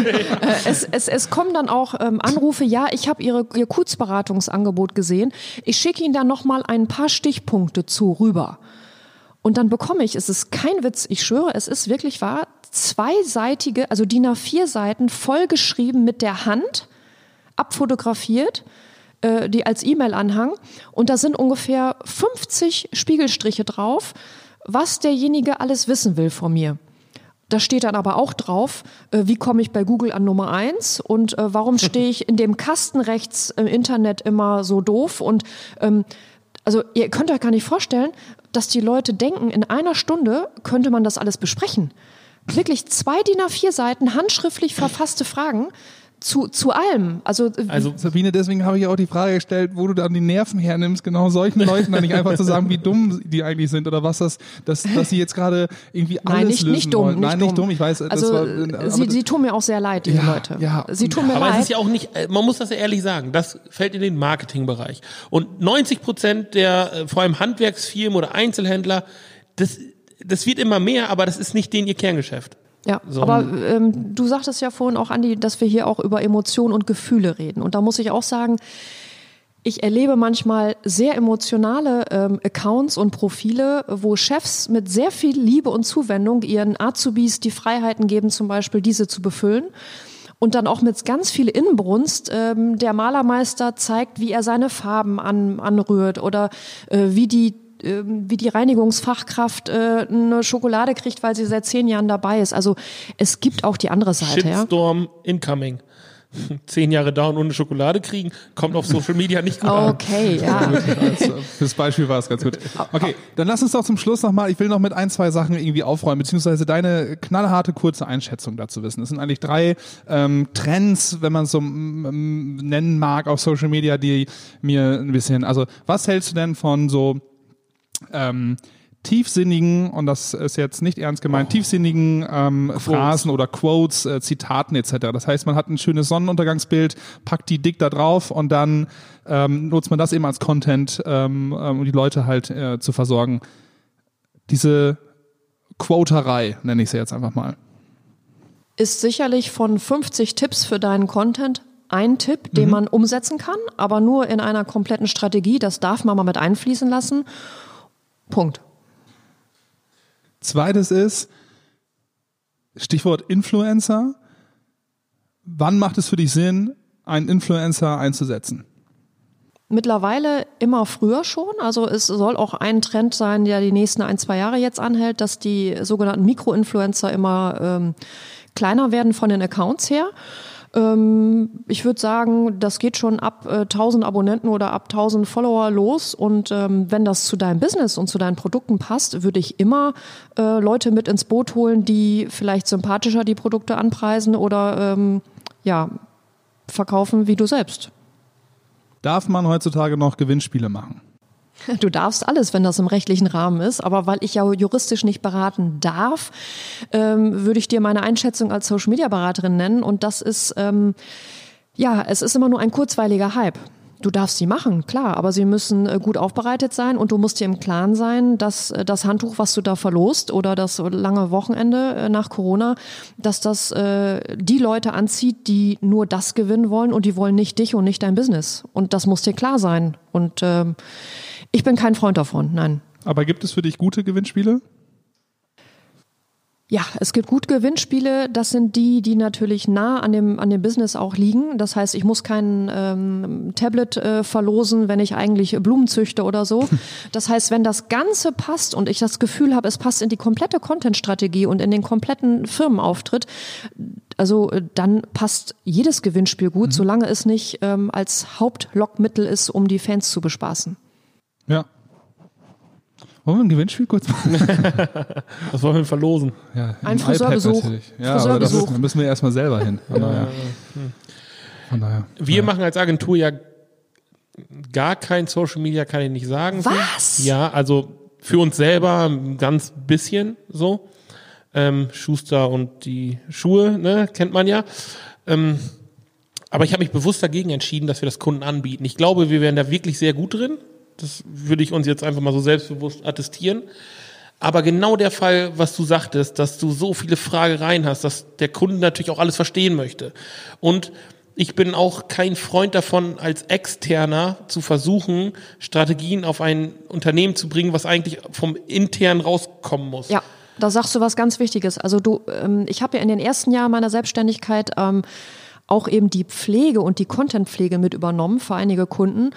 [SPEAKER 5] es, es, es kommen dann auch ähm, Anrufe, ja, ich habe ihre, ihr Kurzberatungsangebot gesehen, ich schicke Ihnen dann nochmal ein paar Stichpunkte zu rüber. Und dann bekomme ich, es ist kein Witz, ich schwöre, es ist wirklich wahr, zweiseitige, also D I N A vier Seiten vollgeschrieben mit der Hand, abfotografiert, äh, die als E-Mail-Anhang. Und da sind ungefähr fünfzig Spiegelstriche drauf, was derjenige alles wissen will von mir. Da steht dann aber auch drauf, äh, wie komme ich bei Google an Nummer eins und äh, warum stehe ich in dem Kasten rechts im Internet immer so doof und ähm, also ihr könnt euch gar nicht vorstellen, dass die Leute denken, in einer Stunde könnte man das alles besprechen. Wirklich zwei D I N A vier Seiten, handschriftlich verfasste Fragen zu, zu allem. Also,
[SPEAKER 3] also Sabine, deswegen habe ich auch die Frage gestellt, wo du dann die Nerven hernimmst, genau solchen Leuten dann nicht einfach zu sagen, wie dumm die eigentlich sind oder was das, dass, dass sie jetzt gerade irgendwie alles
[SPEAKER 5] Nein, nicht,
[SPEAKER 3] lösen
[SPEAKER 5] nicht dumm,
[SPEAKER 3] wollen.
[SPEAKER 5] nicht
[SPEAKER 3] Nein,
[SPEAKER 5] dumm.
[SPEAKER 3] nicht dumm, ich weiß.
[SPEAKER 5] Also
[SPEAKER 3] das war,
[SPEAKER 5] sie, sie tun mir auch sehr leid, diese
[SPEAKER 3] Ja,
[SPEAKER 5] Leute.
[SPEAKER 3] ja.
[SPEAKER 5] Sie tun mir
[SPEAKER 4] Aber
[SPEAKER 5] leid.
[SPEAKER 4] es ist ja auch nicht, man muss das ja ehrlich sagen, das fällt in den Marketingbereich. Und neunzig Prozent der, äh, vor allem Handwerksfirmen oder Einzelhändler, das, das wird immer mehr, aber das ist nicht denen ihr Kerngeschäft.
[SPEAKER 5] Ja,
[SPEAKER 4] So.
[SPEAKER 5] aber ähm, du sagtest ja vorhin auch, Andi, dass wir hier auch über Emotionen und Gefühle reden. Und da muss ich auch sagen, ich erlebe manchmal sehr emotionale ähm, Accounts und Profile, wo Chefs mit sehr viel Liebe und Zuwendung ihren Azubis die Freiheiten geben, zum Beispiel diese zu befüllen. Und dann auch mit ganz viel Inbrunst ähm, der Malermeister zeigt, wie er seine Farben an, anrührt oder äh, wie die wie die Reinigungsfachkraft äh, eine Schokolade kriegt, weil sie seit zehn Jahren dabei ist. Also es gibt auch die andere Seite.
[SPEAKER 4] Shitstorm ja? incoming. Zehn Jahre down ohne Schokolade kriegen, kommt auf Social Media nicht gut an.
[SPEAKER 5] Okay, ja.
[SPEAKER 3] Fürs Beispiel war es ganz gut. Okay, dann lass uns doch zum Schluss nochmal, ich will noch mit ein, zwei Sachen irgendwie aufräumen, beziehungsweise deine knallharte, kurze Einschätzung dazu wissen. Es sind eigentlich drei ähm, Trends, wenn man es so ähm, nennen mag, auf Social Media, die mir ein bisschen, also was hältst du denn von so Ähm, tiefsinnigen, und das ist jetzt nicht ernst gemeint, oh. tiefsinnigen ähm, Phrasen oder Quotes, äh, Zitaten et cetera. Das heißt, man hat ein schönes Sonnenuntergangsbild, packt die dick da drauf und dann ähm, nutzt man das eben als Content, ähm, um die Leute halt äh, zu versorgen. Diese Quoterei, nenne ich sie jetzt einfach mal.
[SPEAKER 5] Ist sicherlich von fünfzig Tipps für deinen Content ein Tipp, den mhm. man umsetzen kann, aber nur in einer kompletten Strategie. Das darf man mal mit einfließen lassen. Punkt.
[SPEAKER 3] Zweites ist, Stichwort Influencer. Wann macht es für dich Sinn, einen Influencer einzusetzen?
[SPEAKER 5] Mittlerweile immer früher schon. Also es soll auch ein Trend sein, der die nächsten ein, zwei Jahre jetzt anhält, dass die sogenannten Mikroinfluencer immer ähm, kleiner werden von den Accounts her. Ich würde sagen, das geht schon ab äh, tausend Abonnenten oder ab tausend Follower los und ähm, wenn das zu deinem Business und zu deinen Produkten passt, würde ich immer äh, Leute mit ins Boot holen, die vielleicht sympathischer die Produkte anpreisen oder ähm, ja, verkaufen wie du selbst.
[SPEAKER 3] Darf man heutzutage noch Gewinnspiele machen?
[SPEAKER 5] Du darfst alles, wenn das im rechtlichen Rahmen ist, aber weil ich ja juristisch nicht beraten darf, ähm, würde ich dir meine Einschätzung als Social-Media-Beraterin nennen und das ist, ähm, ja, es ist immer nur ein kurzweiliger Hype. Du darfst sie machen, klar, aber sie müssen äh, gut aufbereitet sein und du musst dir im Klaren sein, dass äh, das Handtuch, was du da verlost oder das lange Wochenende äh, nach Corona, dass das äh, die Leute anzieht, die nur das gewinnen wollen und die wollen nicht dich und nicht dein Business. Und das muss dir klar sein. Und ähm, ich bin kein Freund davon, nein.
[SPEAKER 3] Aber gibt es für dich gute Gewinnspiele?
[SPEAKER 5] Ja, es gibt gut Gewinnspiele. Das sind die, die natürlich nah an dem an dem Business auch liegen. Das heißt, ich muss kein ähm, Tablet äh, verlosen, wenn ich eigentlich Blumen züchte oder so. Das heißt, wenn das Ganze passt und ich das Gefühl habe, es passt in die komplette Content-Strategie und in den kompletten Firmenauftritt, also dann passt jedes Gewinnspiel gut, mhm. solange es nicht ähm, als Hauptlockmittel ist, um die Fans zu bespaßen.
[SPEAKER 3] Ja. Wollen wir ein Gewinnspiel kurz machen?
[SPEAKER 4] Was wollen wir verlosen?
[SPEAKER 5] Ja, ein Friseurbesuch.
[SPEAKER 3] Ja, aber das ist, da müssen wir erstmal selber hin. Von daher.
[SPEAKER 4] Von daher. Wir ja. machen als Agentur ja gar kein Social Media, kann ich nicht sagen.
[SPEAKER 5] Was?
[SPEAKER 4] Ja, also für uns selber ein ganz bisschen so. Ähm, Schuster und die Schuhe, ne, kennt man ja. Ähm, aber ich habe mich bewusst dagegen entschieden, dass wir das Kunden anbieten. Ich glaube, wir wären da wirklich sehr gut drin. Das würde ich uns jetzt einfach mal so selbstbewusst attestieren. Aber genau der Fall, was du sagtest, dass du so viele Fragereien hast, dass der Kunde natürlich auch alles verstehen möchte. Und ich bin auch kein Freund davon, als Externer zu versuchen, Strategien auf ein Unternehmen zu bringen, was eigentlich vom Intern rauskommen muss.
[SPEAKER 5] Ja, da sagst du was ganz Wichtiges. Also du, ähm, ich habe ja in den ersten Jahren meiner Selbstständigkeit ähm, auch eben die Pflege und die Contentpflege mit übernommen für einige Kunden.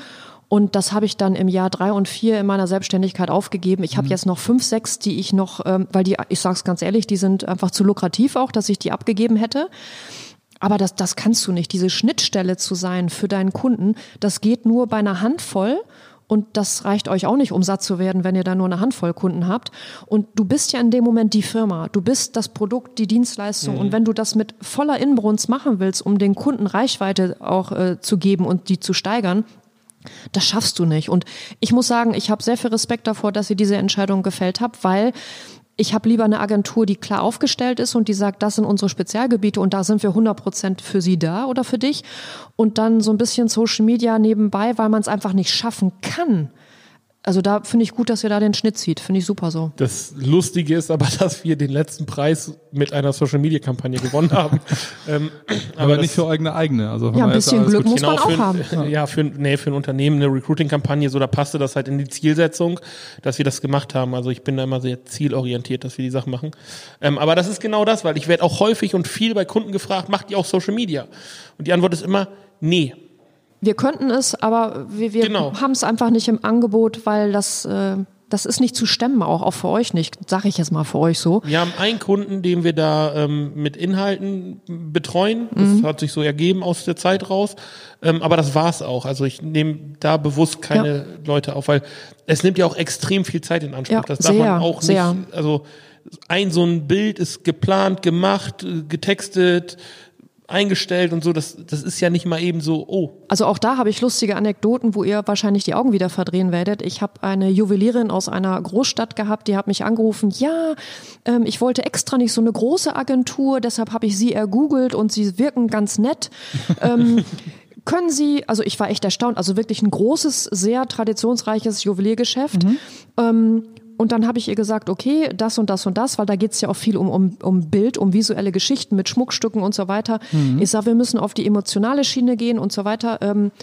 [SPEAKER 5] Und das habe ich dann im Jahr drei und vier in meiner Selbstständigkeit aufgegeben. Ich habe jetzt noch fünf, sechs, die ich noch, ähm, weil die, ich sage es ganz ehrlich, die sind einfach zu lukrativ auch, dass ich die abgegeben hätte. Aber das, das kannst du nicht. Diese Schnittstelle zu sein für deinen Kunden, das geht nur bei einer Handvoll. Und das reicht euch auch nicht, um satt zu werden, wenn ihr da nur eine Handvoll Kunden habt. Und du bist ja in dem Moment die Firma. Du bist das Produkt, die Dienstleistung. Mhm. Und wenn du das mit voller Inbrunst machen willst, um den Kunden Reichweite auch äh, zu geben und die zu steigern, das schaffst du nicht. Und ich muss sagen, ich habe sehr viel Respekt davor, dass ihr diese Entscheidung gefällt habt, weil ich habe lieber eine Agentur, die klar aufgestellt ist und die sagt, das sind unsere Spezialgebiete und da sind wir hundert Prozent für sie da oder für dich. Und dann so ein bisschen Social Media nebenbei, weil man es einfach nicht schaffen kann. Also da finde ich gut, dass ihr da den Schnitt zieht. Finde ich super so.
[SPEAKER 4] Das Lustige ist aber, dass wir den letzten Preis mit einer Social-Media-Kampagne gewonnen haben. ähm,
[SPEAKER 3] aber
[SPEAKER 4] aber
[SPEAKER 3] nicht für eigene eigene. Also
[SPEAKER 5] ja, ein bisschen Glück muss man auch
[SPEAKER 4] für,
[SPEAKER 5] haben.
[SPEAKER 4] Ja, ja für, nee, für ein Unternehmen eine Recruiting-Kampagne, so da passte das halt in die Zielsetzung, dass wir das gemacht haben. Also ich bin da immer sehr zielorientiert, dass wir die Sachen machen. Ähm, aber das ist genau das, weil ich werde auch häufig und viel bei Kunden gefragt, macht ihr auch Social Media? Und die Antwort ist immer, nee.
[SPEAKER 5] Wir könnten es, aber wir, wir
[SPEAKER 4] Genau.
[SPEAKER 5] haben es einfach nicht im Angebot, weil das, äh, das ist nicht zu stemmen, auch, auch für euch nicht, sage ich jetzt mal für euch so.
[SPEAKER 4] Wir haben einen Kunden, den wir da ähm, mit Inhalten betreuen. Das mhm. hat sich so ergeben aus der Zeit raus. Ähm, aber das war's auch. Also ich nehme da bewusst keine ja. Leute auf, weil es nimmt ja auch extrem viel Zeit in Anspruch.
[SPEAKER 5] Ja,
[SPEAKER 4] das darf
[SPEAKER 5] sehr,
[SPEAKER 4] man auch
[SPEAKER 5] sehr.
[SPEAKER 4] nicht. Also ein so ein Bild ist geplant, gemacht, getextet, eingestellt und so, das, das ist ja nicht mal eben so, oh.
[SPEAKER 5] Also auch da habe ich lustige Anekdoten, wo ihr wahrscheinlich die Augen wieder verdrehen werdet. Ich habe eine Juwelierin aus einer Großstadt gehabt, die hat mich angerufen, ja, ähm, ich wollte extra nicht so eine große Agentur, deshalb habe ich sie ergoogelt und sie wirken ganz nett. ähm, Können Sie, also ich war echt erstaunt, also wirklich ein großes, sehr traditionsreiches Juweliergeschäft. Mhm. Ähm, Und dann habe ich ihr gesagt, okay, das und das und das, weil da geht es ja auch viel um, um, um Bild, um visuelle Geschichten mit Schmuckstücken und so weiter. Mhm. Ich sage, wir müssen auf die emotionale Schiene gehen und so weiter. Ähm,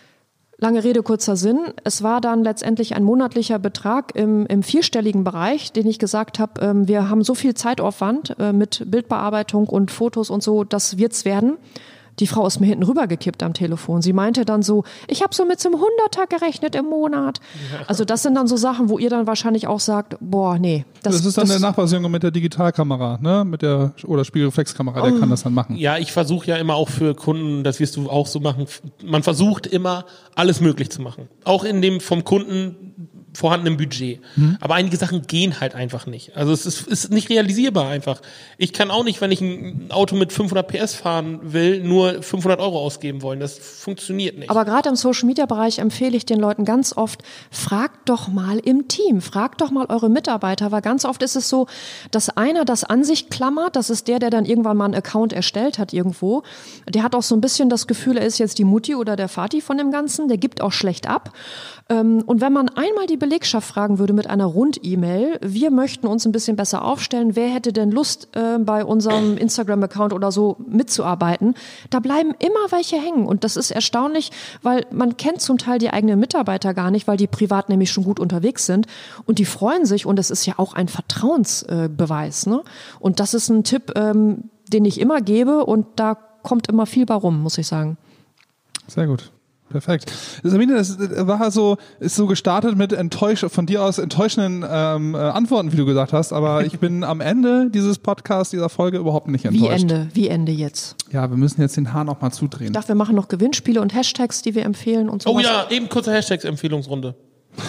[SPEAKER 5] lange Rede, kurzer Sinn. Es war dann letztendlich ein monatlicher Betrag im, im vierstelligen Bereich, den ich gesagt habe, ähm, wir haben so viel Zeitaufwand äh, mit Bildbearbeitung und Fotos und so, das wird's werden. Die Frau ist mir hinten rübergekippt am Telefon. Sie meinte dann so, ich habe so mit so einem Hunderter gerechnet im Monat. Ja. Also das sind dann so Sachen, wo ihr dann wahrscheinlich auch sagt, boah, nee.
[SPEAKER 3] Das, das ist dann das der Nachbarsjunge mit der Digitalkamera, ne? Mit der oder Spiegelreflexkamera, der oh. kann das dann machen.
[SPEAKER 4] Ja, ich versuche ja immer auch für Kunden, das wirst du auch so machen, man versucht immer, alles möglich zu machen. Auch in dem vom Kunden vorhandenen Budget. Mhm. Aber einige Sachen gehen halt einfach nicht. Also es ist, ist nicht realisierbar einfach. Ich kann auch nicht, wenn ich ein Auto mit fünfhundert P S fahren will, nur fünfhundert Euro ausgeben wollen. Das funktioniert nicht.
[SPEAKER 5] Aber gerade im Social-Media-Bereich empfehle ich den Leuten ganz oft, fragt doch mal im Team, fragt doch mal eure Mitarbeiter, weil ganz oft ist es so, dass einer das an sich klammert, das ist der, der dann irgendwann mal einen Account erstellt hat irgendwo. Der hat auch so ein bisschen das Gefühl, er ist jetzt die Mutti oder der Vati von dem Ganzen, der gibt auch schlecht ab. Und wenn man einmal die Belegschaft fragen würde mit einer Rund-E-Mail, wir möchten uns ein bisschen besser aufstellen, wer hätte denn Lust, äh, bei unserem Instagram-Account oder so mitzuarbeiten, da bleiben immer welche hängen. Und das ist erstaunlich, weil man kennt zum Teil die eigenen Mitarbeiter gar nicht, weil die privat nämlich schon gut unterwegs sind. Und die freuen sich und es ist ja auch ein Vertrauensbeweis. Ne? Und das ist ein Tipp, ähm, den ich immer gebe und da kommt immer viel bei rum, muss ich sagen.
[SPEAKER 3] Sehr gut. Perfekt. Sabine, das war so, ist so gestartet mit enttäusch, von dir aus enttäuschenden ähm, Antworten, wie du gesagt hast, aber ich bin am Ende dieses Podcasts, dieser Folge überhaupt nicht enttäuscht.
[SPEAKER 5] Wie Ende? Wie Ende jetzt?
[SPEAKER 3] Ja, wir müssen jetzt den Hahn noch mal zudrehen.
[SPEAKER 5] Ich dachte, wir machen noch Gewinnspiele und Hashtags, die wir empfehlen und so.
[SPEAKER 4] Oh ja, eben kurze Hashtags-Empfehlungsrunde.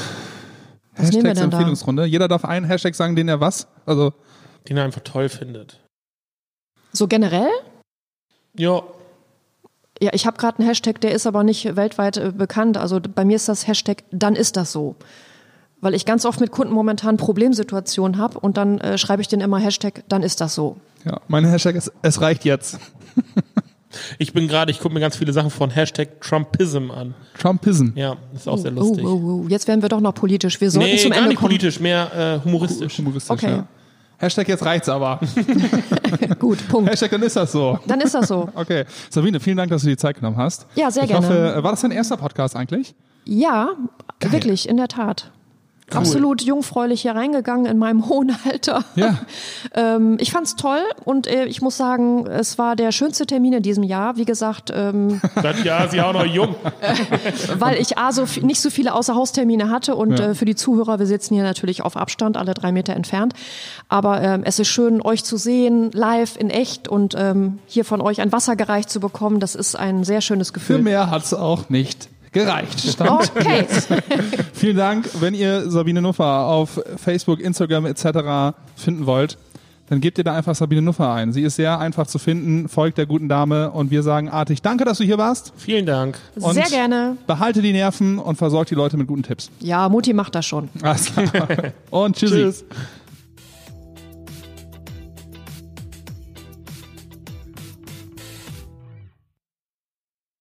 [SPEAKER 5] Was nehmen wir denn da?
[SPEAKER 3] Empfehlungsrunde. Jeder darf einen Hashtag sagen, den er was? Also
[SPEAKER 4] den er einfach toll findet.
[SPEAKER 5] So generell?
[SPEAKER 4] Ja.
[SPEAKER 5] Ja, ich habe gerade einen Hashtag, der ist aber nicht weltweit äh, bekannt. Also bei mir ist das Hashtag, dann ist das so. Weil ich ganz oft mit Kunden momentan Problemsituationen habe und dann äh, schreibe ich den immer Hashtag, dann ist das so.
[SPEAKER 3] Ja, mein Hashtag ist, es reicht jetzt.
[SPEAKER 4] Ich bin gerade, ich gucke mir ganz viele Sachen von Hashtag Trumpism an.
[SPEAKER 3] Trumpism?
[SPEAKER 4] Ja, ist auch
[SPEAKER 5] oh,
[SPEAKER 4] sehr lustig.
[SPEAKER 5] Oh, oh, oh. Jetzt werden wir doch noch politisch. Wir sollten
[SPEAKER 4] nee,
[SPEAKER 5] zum
[SPEAKER 4] gar
[SPEAKER 5] Ende
[SPEAKER 4] nicht
[SPEAKER 5] kommen.
[SPEAKER 4] politisch, mehr äh, humoristisch.
[SPEAKER 3] Humoristisch,
[SPEAKER 5] okay.
[SPEAKER 3] Ja. Hashtag jetzt reicht's aber.
[SPEAKER 5] Gut, Punkt.
[SPEAKER 3] Hashtag dann ist das so.
[SPEAKER 5] Dann ist das so.
[SPEAKER 3] Okay. Sabine, vielen Dank, dass du die Zeit genommen hast.
[SPEAKER 5] Ja, sehr
[SPEAKER 3] ich
[SPEAKER 5] gerne.
[SPEAKER 3] Hoffe, war das dein erster Podcast eigentlich?
[SPEAKER 5] Ja,
[SPEAKER 3] Geil.
[SPEAKER 5] Wirklich, in der Tat. Absolut jungfräulich hier reingegangen in meinem hohen Alter.
[SPEAKER 3] Ja.
[SPEAKER 5] ähm, ich fand's toll und äh, ich muss sagen, es war der schönste Termin in diesem Jahr. Wie gesagt, ähm,
[SPEAKER 4] Das Jahr ist ja auch noch jung.
[SPEAKER 5] weil ich A, so f- nicht so viele Außerhaustermine hatte und
[SPEAKER 3] Ja.
[SPEAKER 5] äh, für die Zuhörer, wir sitzen hier natürlich auf Abstand, alle drei Meter entfernt. Aber ähm, es ist schön, euch zu sehen, live, in echt und ähm, hier von euch ein Wasser gereicht zu bekommen. Das ist ein sehr schönes
[SPEAKER 3] Für
[SPEAKER 5] Gefühl.
[SPEAKER 3] mehr hat's auch nicht gereicht. Stand.
[SPEAKER 5] Okay.
[SPEAKER 3] Vielen Dank. Wenn ihr Sabine Nuffer auf Facebook, Instagram et cetera finden wollt, dann gebt ihr da einfach Sabine Nuffer ein. Sie ist sehr einfach zu finden, folgt der guten Dame und wir sagen artig, danke, dass du hier warst.
[SPEAKER 4] Vielen Dank.
[SPEAKER 3] Und
[SPEAKER 5] Sehr gerne.
[SPEAKER 3] Behalte die Nerven und versorgt die Leute mit guten Tipps.
[SPEAKER 5] Ja, Mutti macht das schon.
[SPEAKER 3] Alles klar. Und tschüssi.
[SPEAKER 4] Tschüss.